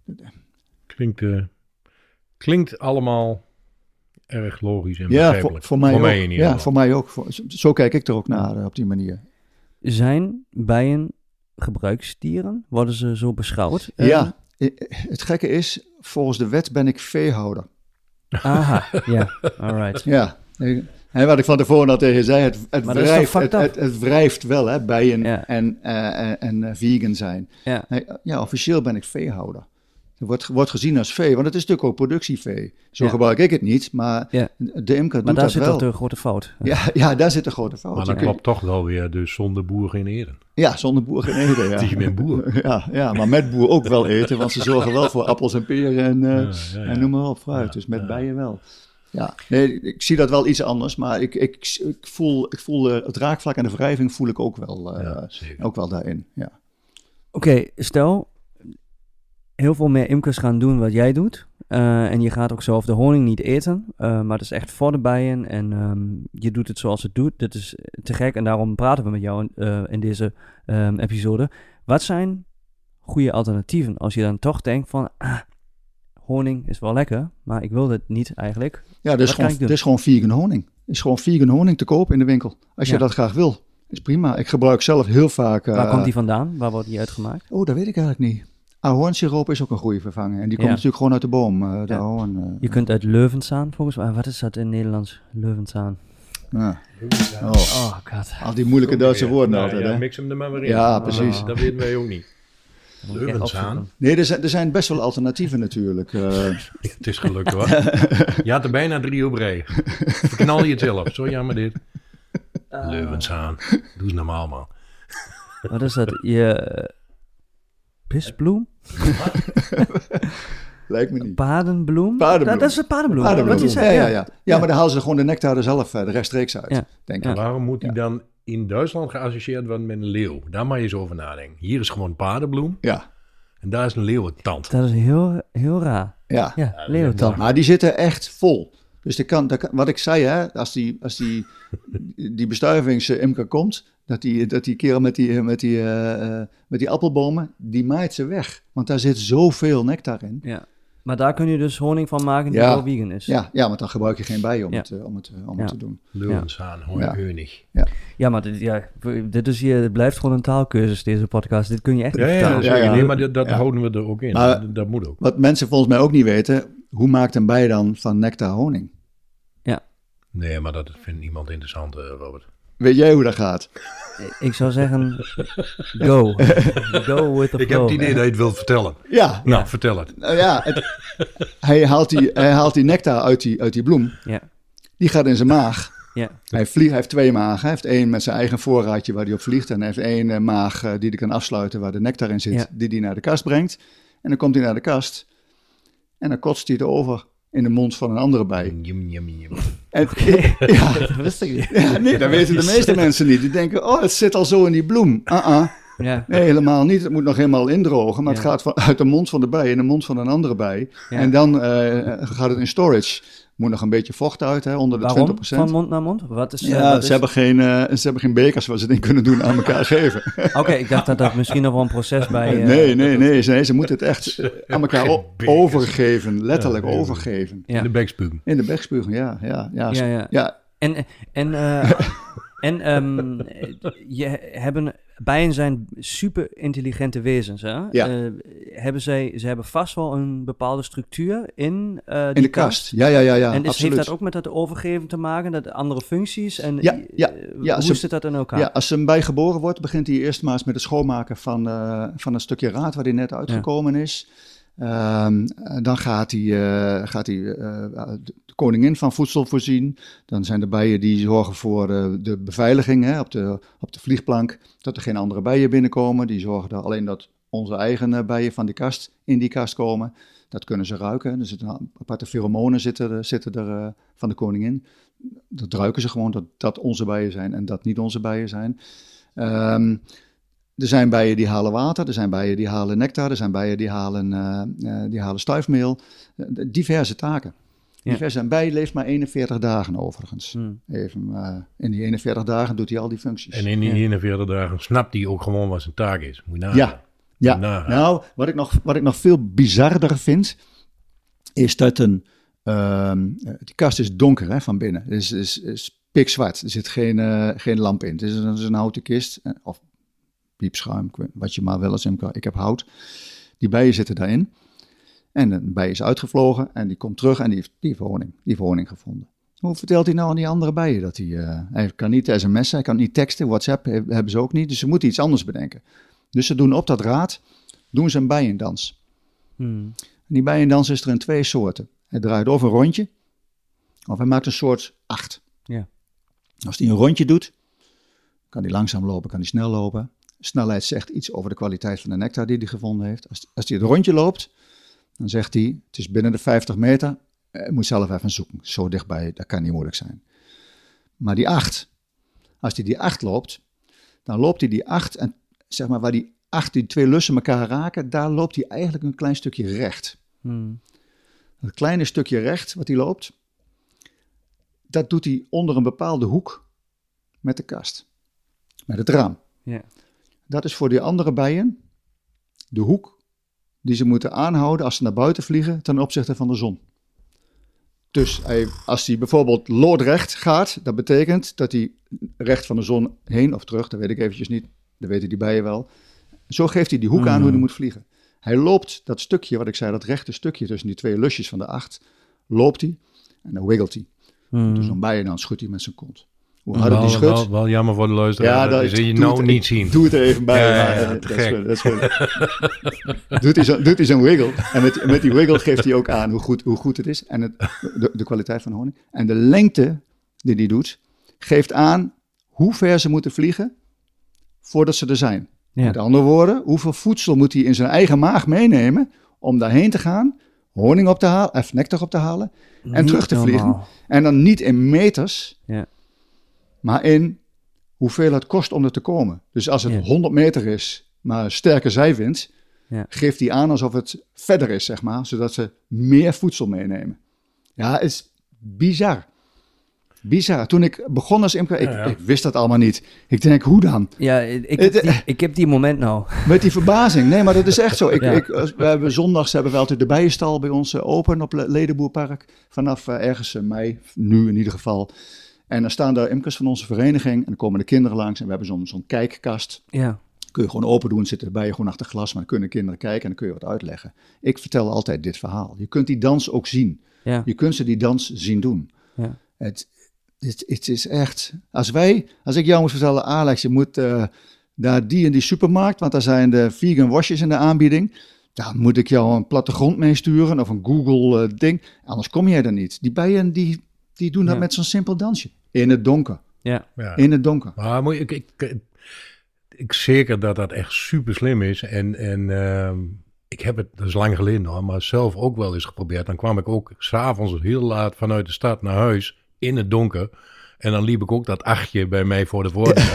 Speaker 1: Klinkt allemaal erg logisch en begrijpelijk.
Speaker 2: Voor mij ook. Ja, voor mij ook. Zo kijk ik er ook naar op die manier.
Speaker 4: Zijn bijen gebruiksdieren? Worden ze zo beschouwd?
Speaker 2: Ja. Het gekke is, volgens de wet ben ik veehouder.
Speaker 4: Aha, ja, alright. Ja,
Speaker 2: en wat ik van tevoren al tegen zei, het wrijft wel, hè, bijen en vegan zijn. Ja, officieel ben ik veehouder. Het wordt gezien als vee, want het is natuurlijk ook productievee. Zo gebruik ik het niet, maar de imker doet dat wel. Maar
Speaker 4: daar zit toch de grote fout.
Speaker 2: Ja, daar zit de grote fout.
Speaker 1: Maar dan klopt toch wel weer, dus zonder boer geen eten.
Speaker 2: Ja, zonder boer geen eten, ja.
Speaker 1: Die met boer.
Speaker 2: Ja, maar met boer ook wel eten, want ze zorgen wel voor appels en peren en noem maar op, fruit. Dus met bijen wel. Ja, nee, ik zie dat wel iets anders, maar ik voel het raakvlak en de wrijving voel ik ook wel daarin. Ja.
Speaker 4: Oké, stel... heel veel meer imkers gaan doen wat jij doet. En je gaat ook zelf de honing niet eten, maar het is echt voor de bijen en je doet het zoals het doet. Dat is te gek en daarom praten we met jou in deze episode. Wat zijn goede alternatieven als je dan toch denkt van, honing is wel lekker, maar ik wil dit niet eigenlijk.
Speaker 2: Ja, er is gewoon vegan honing. Er is gewoon vegan honing te koop in de winkel. Als je dat graag wil, is prima. Ik gebruik zelf heel vaak...
Speaker 4: Waar komt die vandaan? Waar wordt die uitgemaakt?
Speaker 2: Oh, dat weet ik eigenlijk niet. Ahornsiroop is ook een goede vervanger. En die komt natuurlijk gewoon uit de boom.
Speaker 4: Je kunt uit Löwenzahn, volgens mij. Wat is dat in Nederlands? Löwenzahn.
Speaker 2: Ja.
Speaker 4: Oh god.
Speaker 2: Al die moeilijke Duitse woorden altijd, hè?
Speaker 1: Mix hem er maar weer in.
Speaker 2: Ja, precies.
Speaker 1: Dat weten wij ook niet. Löwenzahn.
Speaker 2: Nee, er zijn best wel alternatieven natuurlijk.
Speaker 1: Het is gelukt hoor. Je had er bijna 3 op rij. Verknal je het zelf. Zo jammer dit. Löwenzahn. Doe eens normaal man.
Speaker 4: Wat is dat? Pisbloem?
Speaker 2: Lijkt me niet.
Speaker 4: Paardenbloem?
Speaker 2: Paardenbloem.
Speaker 4: Dat is een paardenbloem.
Speaker 2: Paardenbloem.
Speaker 4: Wat je zei,
Speaker 2: ja, maar dan halen ze gewoon de nectar er zelf rechtstreeks uit, denk ik.
Speaker 1: Waarom moet die dan in Duitsland geassocieerd worden met een leeuw? Daar mag je eens over nadenken. Hier is gewoon paardenbloem.
Speaker 2: Ja.
Speaker 1: En daar is een leeuwentand.
Speaker 4: Dat is heel, heel raar.
Speaker 2: Ja,
Speaker 4: leeuwentand.
Speaker 2: Maar die zitten echt vol. Dus wat ik zei, hè, als die bestuivingsimker komt, dat die kerel met die appelbomen, die maait ze weg. Want daar zit zoveel nectar in.
Speaker 4: Ja. Maar daar kun je dus honing van maken die wel vegan is.
Speaker 2: Ja, want dan gebruik je geen bijen om het te doen.
Speaker 1: Löwenzahn, Heunig.
Speaker 2: Ja,
Speaker 4: maar dit is hier, het blijft gewoon een taalkursus, deze podcast. Dit kun je echt niet vertalen.
Speaker 1: Nee, maar dat houden we er ook in. Maar, dat moet ook.
Speaker 2: Wat mensen volgens mij ook niet weten, hoe maakt een bij dan van nectar honing?
Speaker 4: Ja.
Speaker 1: Nee, maar dat vindt niemand interessant, Robert.
Speaker 2: Weet jij hoe dat gaat?
Speaker 4: Ik zou zeggen, go. Go with the flow.
Speaker 1: Ik heb het idee dat je het wilt vertellen.
Speaker 2: Ja.
Speaker 1: Nou, vertel het.
Speaker 2: Nou ja, hij haalt die nectar uit die bloem.
Speaker 4: Ja.
Speaker 2: Die gaat in zijn maag.
Speaker 4: Ja.
Speaker 2: Hij heeft 2 magen. Hij heeft 1 met zijn eigen voorraadje waar hij op vliegt. En hij heeft 1 maag die hij kan afsluiten waar de nectar in zit. Ja. Die hij naar de kast brengt. En dan komt hij naar de kast. En dan kotst hij het over in de mond van een andere bij. En,
Speaker 4: dat wist ik niet.
Speaker 2: Ja, nee, dat weten de meeste mensen niet. Die denken, oh, het zit al zo in die bloem. Ja. Nee, helemaal niet. Het moet nog helemaal indrogen. Maar het gaat uit de mond van de bij in de mond van een andere bij. Ja. En dan gaat het in storage. Moet nog een beetje vocht uit, hè, onder de 20%.
Speaker 4: Van mond naar mond? Wat is,
Speaker 2: ze hebben geen bekers waar ze het in kunnen doen aan elkaar geven.
Speaker 4: Oké, ik dacht dat misschien nog wel een proces bij...
Speaker 2: Nee, ze moeten het echt aan elkaar overgeven. Letterlijk overgeven.
Speaker 1: Ja. In de bekspugen.
Speaker 2: In de bekspugen, ja.
Speaker 4: Bijen zijn super intelligente wezens. Hè?
Speaker 2: Ja.
Speaker 4: Ze hebben vast wel een bepaalde structuur in
Speaker 2: de kast. Ja,
Speaker 4: en heeft dat ook met dat overgeven te maken, dat andere functies? En hoe zit dat in elkaar?
Speaker 2: Ja, als een bij geboren wordt, begint hij eerst maar eens met het schoonmaken van een stukje raad waar hij net uitgekomen is. Dan gaat hij de koningin van voedsel voorzien. Dan zijn er bijen die zorgen voor de beveiliging op de vliegplank. Dat er geen andere bijen binnenkomen. Die zorgen er alleen dat onze eigen bijen van die kast in die kast komen. Dat kunnen ze ruiken. Er zitten aparte pheromonen zitten er van de koningin. Dat ruiken ze gewoon dat onze bijen zijn en dat niet onze bijen zijn. Er zijn bijen die halen water, er zijn bijen die halen nectar, er zijn bijen die halen stuifmeel. Diverse taken. Een bij leeft maar 41 dagen overigens. In die 41 dagen doet hij al die functies.
Speaker 1: En in die 41 dagen snapt hij ook gewoon wat zijn taak is. Moet je nagaan.
Speaker 2: Ja. Nou, wat ik nog veel bizarder vind, is dat die kast is donker van binnen. Het is pikzwart. Er zit geen lamp in. Het is een houten kist, of piepschuim, wat je maar wel eens imker. Ik heb hout. Die bijen zitten daarin. En een bij is uitgevlogen en die komt terug en die heeft honing gevonden. Hoe vertelt hij nou aan die andere bijen dat hij kan niet sms'en, hij kan niet teksten, WhatsApp hebben ze ook niet. Dus ze moeten iets anders bedenken. Dus ze doen op dat raad, doen ze een bijendans. En die bijendans is er in 2 soorten. Hij draait of een rondje, of hij maakt een soort 8.
Speaker 4: Ja.
Speaker 2: Als hij een rondje doet, kan hij langzaam lopen, kan hij snel lopen. Snelheid zegt iets over de kwaliteit van de nectar die hij gevonden heeft. Als hij het rondje loopt, dan zegt hij, het is binnen de 50 meter, je moet zelf even zoeken. Zo dichtbij, dat kan niet moeilijk zijn. Maar als hij die 8 loopt, dan loopt hij die 8 en zeg maar waar die 8 die 2 lussen elkaar raken, daar loopt hij eigenlijk een klein stukje recht. Dat kleine stukje recht wat hij loopt, dat doet hij onder een bepaalde hoek met de kast. Met het raam.
Speaker 4: Ja.
Speaker 2: Dat is voor die andere bijen de hoek die ze moeten aanhouden als ze naar buiten vliegen ten opzichte van de zon. Dus als hij bijvoorbeeld loodrecht gaat, dat betekent dat hij recht van de zon heen of terug, dat weet ik eventjes niet, dat weten die bijen wel. Zo geeft hij die hoek aan hoe hij moet vliegen. Hij loopt dat stukje, wat ik zei, dat rechte stukje tussen die 2 lusjes van de 8, loopt hij en dan wiggelt hij. Dus zo'n bijen dan schudt hij met zijn kont. Hoe harder die schudt...
Speaker 1: Wel jammer voor de luisteraar, dat zie je nou niet zien.
Speaker 2: Doe het er even bij. Dat is goed. Doet hij zo'n wiggle. En met die wiggle geeft hij ook aan hoe goed het is. En de kwaliteit van de honing. En de lengte die hij doet, geeft aan hoe ver ze moeten vliegen voordat ze er zijn. Ja. Met andere woorden, hoeveel voedsel moet hij in zijn eigen maag meenemen om daarheen te gaan, honing op te halen, of nectar op te halen en terug te vliegen. En dan niet in meters, maar in hoeveel het kost om er te komen. Dus als het 100 meter is, maar sterke zijwind, geeft hij aan alsof het verder is, zeg maar, zodat ze meer voedsel meenemen. Ja, het is bizar. Bizar. Toen ik begon als imker, ik wist dat allemaal niet. Ik denk, hoe dan?
Speaker 4: Ja, ik heb die moment nou.
Speaker 2: Met die verbazing. Nee, maar dat is echt zo. We hebben zondags hebben we altijd de bijenstal bij ons open op Ledenboerpark. Vanaf ergens mei, nu in ieder geval. En dan staan daar imkers van onze vereniging. En dan komen de kinderen langs. En we hebben zo'n kijkkast. Ja. Kun je gewoon open doen, zitten de bijen gewoon achter glas. Maar dan kunnen kinderen kijken en dan kun je wat uitleggen. Ik vertel altijd dit verhaal. Je kunt die dans ook zien. Ja. Je kunt ze die dans zien doen. Ja. Het is echt... Als ik jou moet vertellen, Alex, je moet naar die en die supermarkt, want daar zijn de vegan wasjes in de aanbieding. Daar moet ik jou een plattegrond mee sturen of een Google ding. Anders kom jij er niet. Die bijen, die doen dat met zo'n simpel dansje. In het donker. Ja. In het donker.
Speaker 1: Maar ik zeker dat echt super slim is. En ik heb het, dat is lang geleden hoor, maar zelf ook wel eens geprobeerd. Dan kwam ik ook 's avonds heel laat vanuit de stad naar huis. In het donker. En dan liep ik ook dat 8 bij mij voor de voordeur.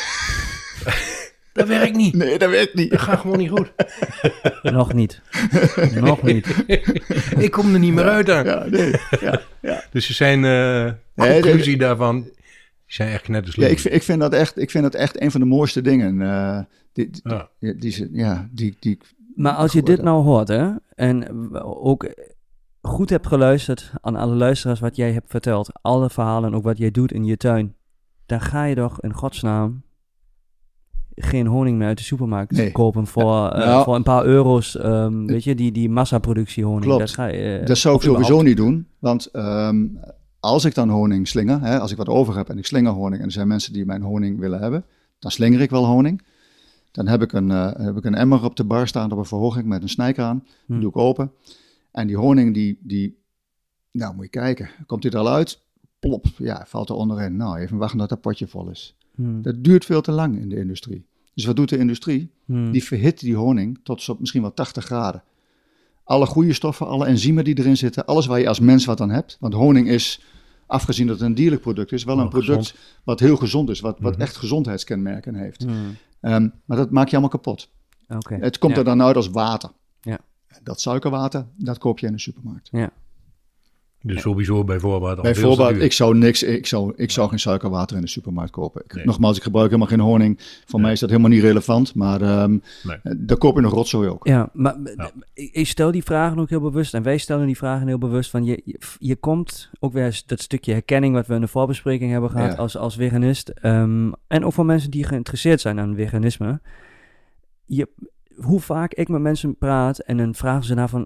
Speaker 1: Dat werkt niet.
Speaker 2: Nee, dat werkt niet.
Speaker 1: Dat gaat gewoon niet goed.
Speaker 4: Nog niet. Nog niet.
Speaker 1: Ik kom er niet meer uit dan.
Speaker 2: Ja, nee. Ja.
Speaker 1: Dus ze zijn conclusie daarvan. Die zijn echt net als slim.
Speaker 2: Ja, ik vind dat echt een van de mooiste dingen.
Speaker 4: Maar als je dit nou hoort, hè, en ook goed hebt geluisterd aan alle luisteraars wat jij hebt verteld, alle verhalen, ook wat jij doet in je tuin, dan ga je toch in godsnaam geen honing meer uit de supermarkt kopen voor een paar euro's, weet je, die massaproductie honing.
Speaker 2: Klopt. Dat zou ik sowieso niet doen, want als ik dan honing slinger, hè, als ik wat over heb en ik slinger honing en er zijn mensen die mijn honing willen hebben, dan slinger ik wel honing. Dan heb ik een emmer op de bar staan op een verhoging met een snijkraan, die doe ik open. En die honing, nou moet je kijken, komt die er al uit? Plop, valt er onderin. Nou, even wachten tot dat potje vol is. Dat duurt veel te lang in de industrie. Dus wat doet de industrie? Die verhit die honing tot misschien wel 80 graden. Alle goede stoffen, alle enzymen die erin zitten, alles waar je als mens wat aan hebt. Want honing is, afgezien dat het een dierlijk product is, wel een product wat heel gezond is, wat echt gezondheidskenmerken heeft. Maar dat maak je allemaal kapot. Okay. Het komt er dan uit als water. Ja. Dat suikerwater, dat koop je in de supermarkt. Ja.
Speaker 1: Dus sowieso bij voorbaat.
Speaker 2: Ik zou geen suikerwater in de supermarkt kopen. Nogmaals, ik gebruik helemaal geen honing. Voor mij is dat helemaal niet relevant. Maar daar koop je nog rotzooi ook.
Speaker 4: Ja, maar ik stel die vragen ook heel bewust. En wij stellen die vragen heel bewust. Van je komt ook weer dat stukje herkenning wat we in de voorbespreking hebben gehad als veganist. En ook voor mensen die geïnteresseerd zijn aan veganisme. Hoe vaak ik met mensen praat en dan vragen ze naar van,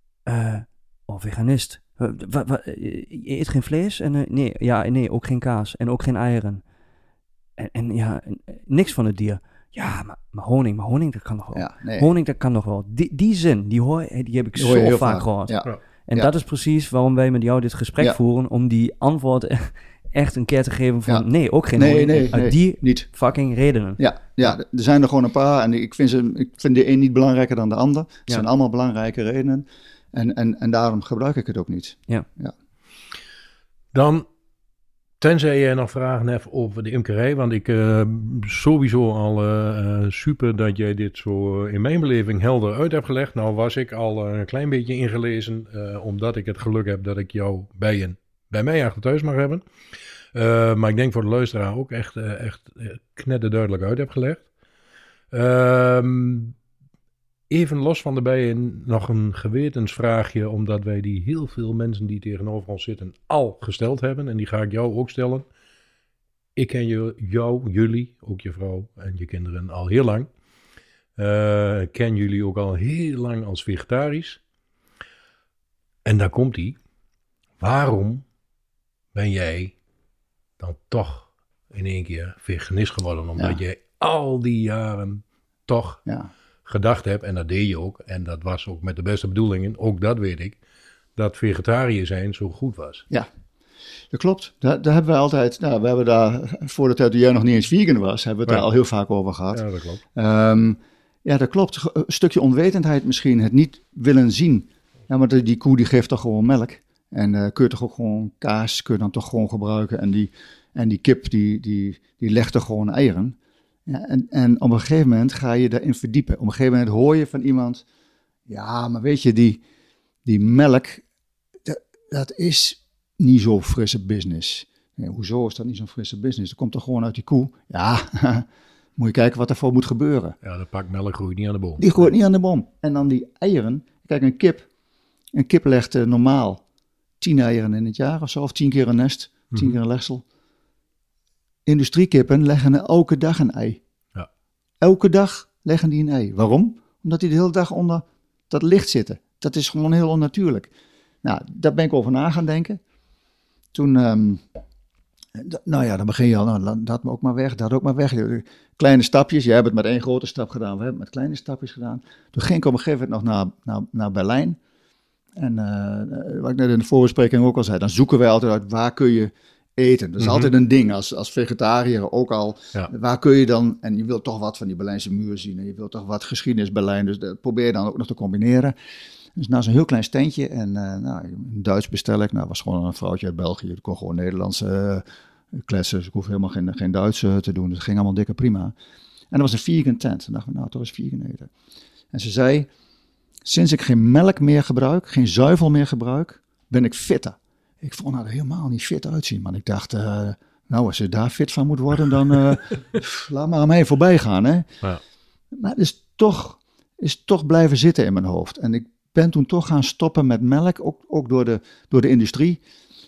Speaker 4: veganist. Je eet geen vlees? En nee, ook geen kaas en ook geen eieren. En niks van het dier. Ja, maar honing dat kan nog wel. Ja, nee. Honing, dat kan nog wel. Die zin, die heb ik zo vaak gehoord. Ja. En dat is precies waarom wij met jou dit gesprek voeren, om die antwoord echt een keer te geven van, nee, ook geen honing. Uit die niet fucking redenen.
Speaker 2: Ja, er zijn er gewoon een paar en ik vind de een niet belangrijker dan de ander. Het zijn allemaal belangrijke redenen. En daarom gebruik ik het ook niet. Ja.
Speaker 1: Dan Tenzij je nog vragen hebt over de imkerij, want ik sowieso al super dat jij dit zo in mijn beleving helder uit hebt gelegd. Nou was ik al een klein beetje ingelezen, omdat ik het geluk heb dat ik jouw bijen bij mij achter thuis mag hebben. Maar ik denk voor de luisteraar ook echt knetterduidelijk uit heb gelegd. Even los van de bijen nog een gewetensvraagje, omdat wij die heel veel mensen die tegenover ons zitten al gesteld hebben. En die ga ik jou ook stellen. Ik ken jullie, ook je vrouw en je kinderen al heel lang. Ken jullie ook al heel lang als vegetarisch. En daar komt ie. Waarom ben jij dan toch in één keer veganist geworden? Omdat jij al die jaren toch gedacht hebt, en dat deed je ook, en dat was ook met de beste bedoelingen, ook dat weet ik, dat vegetariër zijn zo goed was.
Speaker 2: Ja, dat klopt. Daar hebben we altijd, we hebben daar, voor de tijd dat jij nog niet eens vegan was, hebben we het daar al heel vaak over gehad.
Speaker 1: Ja, dat klopt.
Speaker 2: Ja, dat klopt. Een stukje onwetendheid misschien, het niet willen zien. Ja, maar die koe die geeft toch gewoon melk. En kun je toch ook gewoon kaas, kun je dan toch gewoon gebruiken. En die kip, die legt toch gewoon eieren. Ja, en op een gegeven moment ga je daarin verdiepen. Op een gegeven moment hoor je van iemand, ja, maar weet je, die melk, dat is niet zo'n frisse business. Nee, hoezo is dat niet zo'n frisse business? Dat komt toch gewoon uit die koe? Ja, moet je kijken wat ervoor moet gebeuren.
Speaker 1: Ja, dat pak melk groeit niet aan de boom.
Speaker 2: Die groeit niet aan de boom. En dan die eieren. Kijk, een kip legt normaal 10 eieren in het jaar of zo, of 10 keer een nest, 10 keer een legsel. Industriekippen leggen elke dag een ei. Ja. Elke dag leggen die een ei. Waarom? Omdat die de hele dag onder dat licht zitten. Dat is gewoon heel onnatuurlijk. Nou, daar ben ik over na gaan denken. Toen, dan begin je al, dat ook maar weg. Kleine stapjes, jij hebt het met 1 grote stap gedaan, we hebben het met kleine stapjes gedaan. Toen ging ik op een gegeven moment nog naar Berlijn. En wat ik net in de voorbespreking ook al zei, dan zoeken wij altijd uit waar kun je eten. Dat is altijd een ding als vegetariër ook al. Ja. Waar kun je dan, en je wilt toch wat van die Berlijnse muur zien en je wilt toch wat geschiedenis Berlijn, dus dat probeer je dan ook nog te combineren. Dus naast een heel klein standje en een Duits bestel ik. Nou, was gewoon een vrouwtje uit België. Ik kon gewoon Nederlands kletsen. Dus ik hoef helemaal geen Duits te doen. Dus het ging allemaal dikke prima. En dat was een vegan tent. En dacht ik, nou, toch eens vegan eten. En ze zei, sinds ik geen melk meer gebruik, geen zuivel meer gebruik, ben ik fitter. Ik vond haar er helemaal niet fit uitzien. Maar ik dacht, nou, als je daar fit van moet worden, dan laat maar aan mij voorbij gaan. Hè? Ja. Maar het is toch blijven zitten in mijn hoofd. En ik ben toen toch gaan stoppen met melk, ook door de industrie.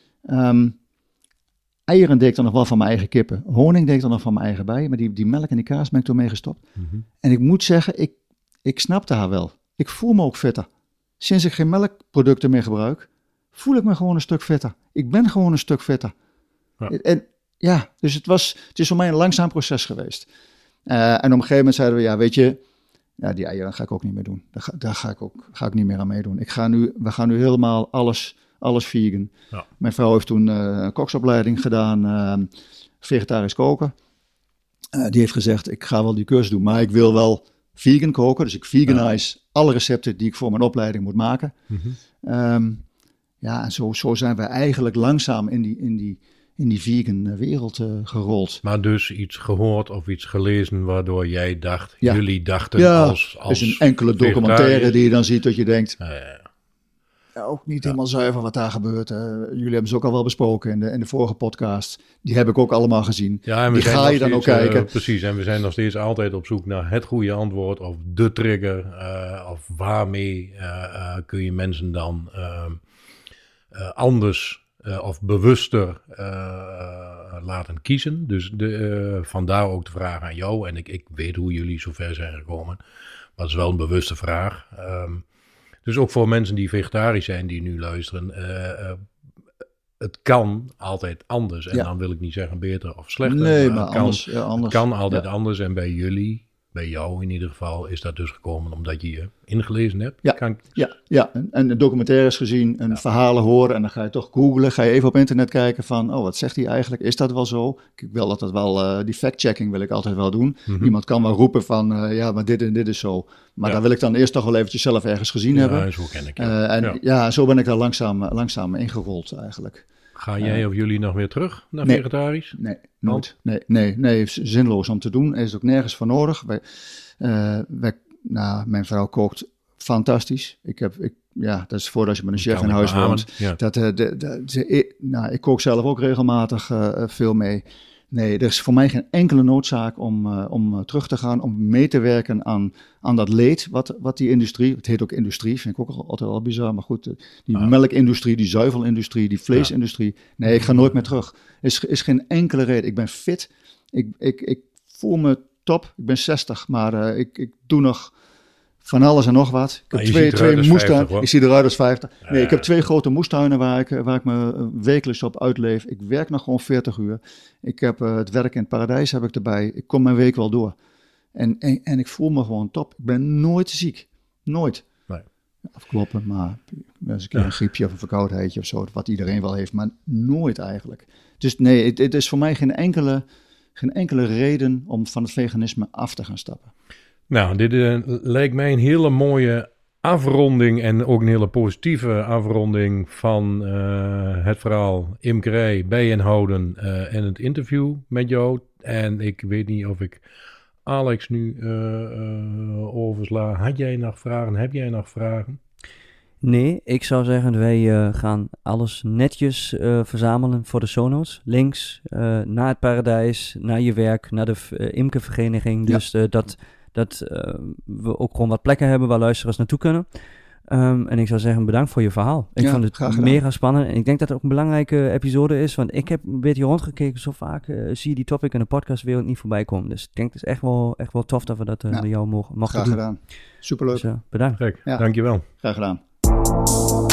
Speaker 2: Eieren deed ik dan nog wel van mijn eigen kippen. Honing deed ik dan nog van mijn eigen bijen. Maar die melk en die kaas ben ik toen mee gestopt. Mm-hmm. En ik moet zeggen, ik snapte haar wel. Ik voel me ook fitter. Sinds ik geen melkproducten meer gebruik, voel ik me gewoon een stuk fitter. Ik ben gewoon een stuk fitter. Ja. En ja, dus het is voor mij een langzaam proces geweest. En op een gegeven moment zeiden we, ja, weet je, ja, die eieren ga ik ook niet meer doen. Daar ga ik niet meer aan meedoen. We gaan nu helemaal alles vegan. Ja. Mijn vrouw heeft toen een koksopleiding gedaan, vegetarisch koken. Die heeft gezegd, ik ga wel die cursus doen, maar ik wil wel vegan koken. Dus ik veganize alle recepten die ik voor mijn opleiding moet maken. Mm-hmm. En zo zijn we eigenlijk langzaam in die vegan wereld gerold. Maar
Speaker 1: dus iets gehoord of iets gelezen waardoor jij dacht, jullie dachten als
Speaker 2: is een enkele documentaire die je dan ziet dat je denkt, ook niet helemaal zuiver wat daar gebeurt. Jullie hebben ze ook al wel besproken in de vorige podcast. Die heb ik ook allemaal gezien. Ja, en die ga je dan ook kijken.
Speaker 1: Precies, en we zijn nog steeds altijd op zoek naar het goede antwoord of de trigger. Of waarmee kun je mensen dan anders of bewuster laten kiezen. Dus vandaar ook de vraag aan jou. En ik weet hoe jullie zover zijn gekomen. Maar het is wel een bewuste vraag. Dus ook voor mensen die vegetarisch zijn, die nu luisteren. Het kan altijd anders. En dan wil ik niet zeggen beter of slechter.
Speaker 2: Nee, maar anders.
Speaker 1: Het kan altijd anders. En bij jullie, bij jou in ieder geval, is dat dus gekomen omdat je je ingelezen hebt.
Speaker 2: Ja. En de documentaires gezien en verhalen horen. En dan ga je toch googlen. Ga je even op internet kijken van, wat zegt hij eigenlijk? Is dat wel zo? Ik wil altijd wel, die fact-checking wil ik altijd wel doen. Mm-hmm. Iemand kan wel roepen van, maar dit en dit is zo. Maar daar wil ik dan eerst toch wel eventjes zelf ergens gezien hebben.
Speaker 1: Ja, zo ken ik.
Speaker 2: Zo ben ik daar langzaam ingerold eigenlijk.
Speaker 1: Ga jij of jullie nog weer terug naar vegetarisch?
Speaker 2: Nee, nooit. Nee, is zinloos om te doen. Er is ook nergens voor nodig. Mijn vrouw kookt fantastisch. Dat is voordat je met een chef in huis woont. Ja. Ik kook zelf ook regelmatig veel mee. Nee, er is voor mij geen enkele noodzaak om terug te gaan, om mee te werken aan dat leed wat die industrie, het heet ook industrie, vind ik ook altijd al bizar, maar goed, die melkindustrie, die zuivelindustrie, die vleesindustrie. Nee, ik ga nooit meer terug. Is geen enkele reden. Ik ben fit, ik voel me top, ik ben 60, maar ik doe nog van alles en nog wat. Ik heb twee moestuinen. Ik zie eruit als 50. Nee, ik heb 2 grote moestuinen waar ik me wekelijks op uitleef. Ik werk nog gewoon 40 uur. Ik heb het werk in het paradijs heb ik erbij. Ik kom mijn week wel door. En ik voel me gewoon top. Ik ben nooit ziek. Nooit. Nee. Afkloppen, maar eens een keer een griepje of een verkoudheidje of zo. Wat iedereen wel heeft, maar nooit eigenlijk. Dus nee, het is voor mij geen enkele reden om van het veganisme af te gaan stappen.
Speaker 1: Nou, dit lijkt mij een hele mooie afronding en ook een hele positieve afronding van het verhaal imkerij, bijenhouden en het interview met jou. En ik weet niet of ik Alex nu oversla. Had jij nog vragen? Heb jij nog vragen?
Speaker 4: Nee, ik zou zeggen, wij gaan alles netjes verzamelen voor de show notes. Links naar het paradijs, naar je werk, naar de imkervereniging. Dus dat we ook gewoon wat plekken hebben waar luisteraars naartoe kunnen. En ik zou zeggen, bedankt voor je verhaal. Ik vond het mega spannend. En ik denk dat het ook een belangrijke episode is. Want ik heb een beetje rondgekeken. Zo vaak zie je die topic in de podcastwereld niet voorbij komen. Dus ik denk het is echt wel tof dat we dat met jou mochten doen.
Speaker 2: Graag gedaan. Superleuk.
Speaker 4: Dus, bedankt.
Speaker 1: Dank je wel.
Speaker 2: Graag gedaan.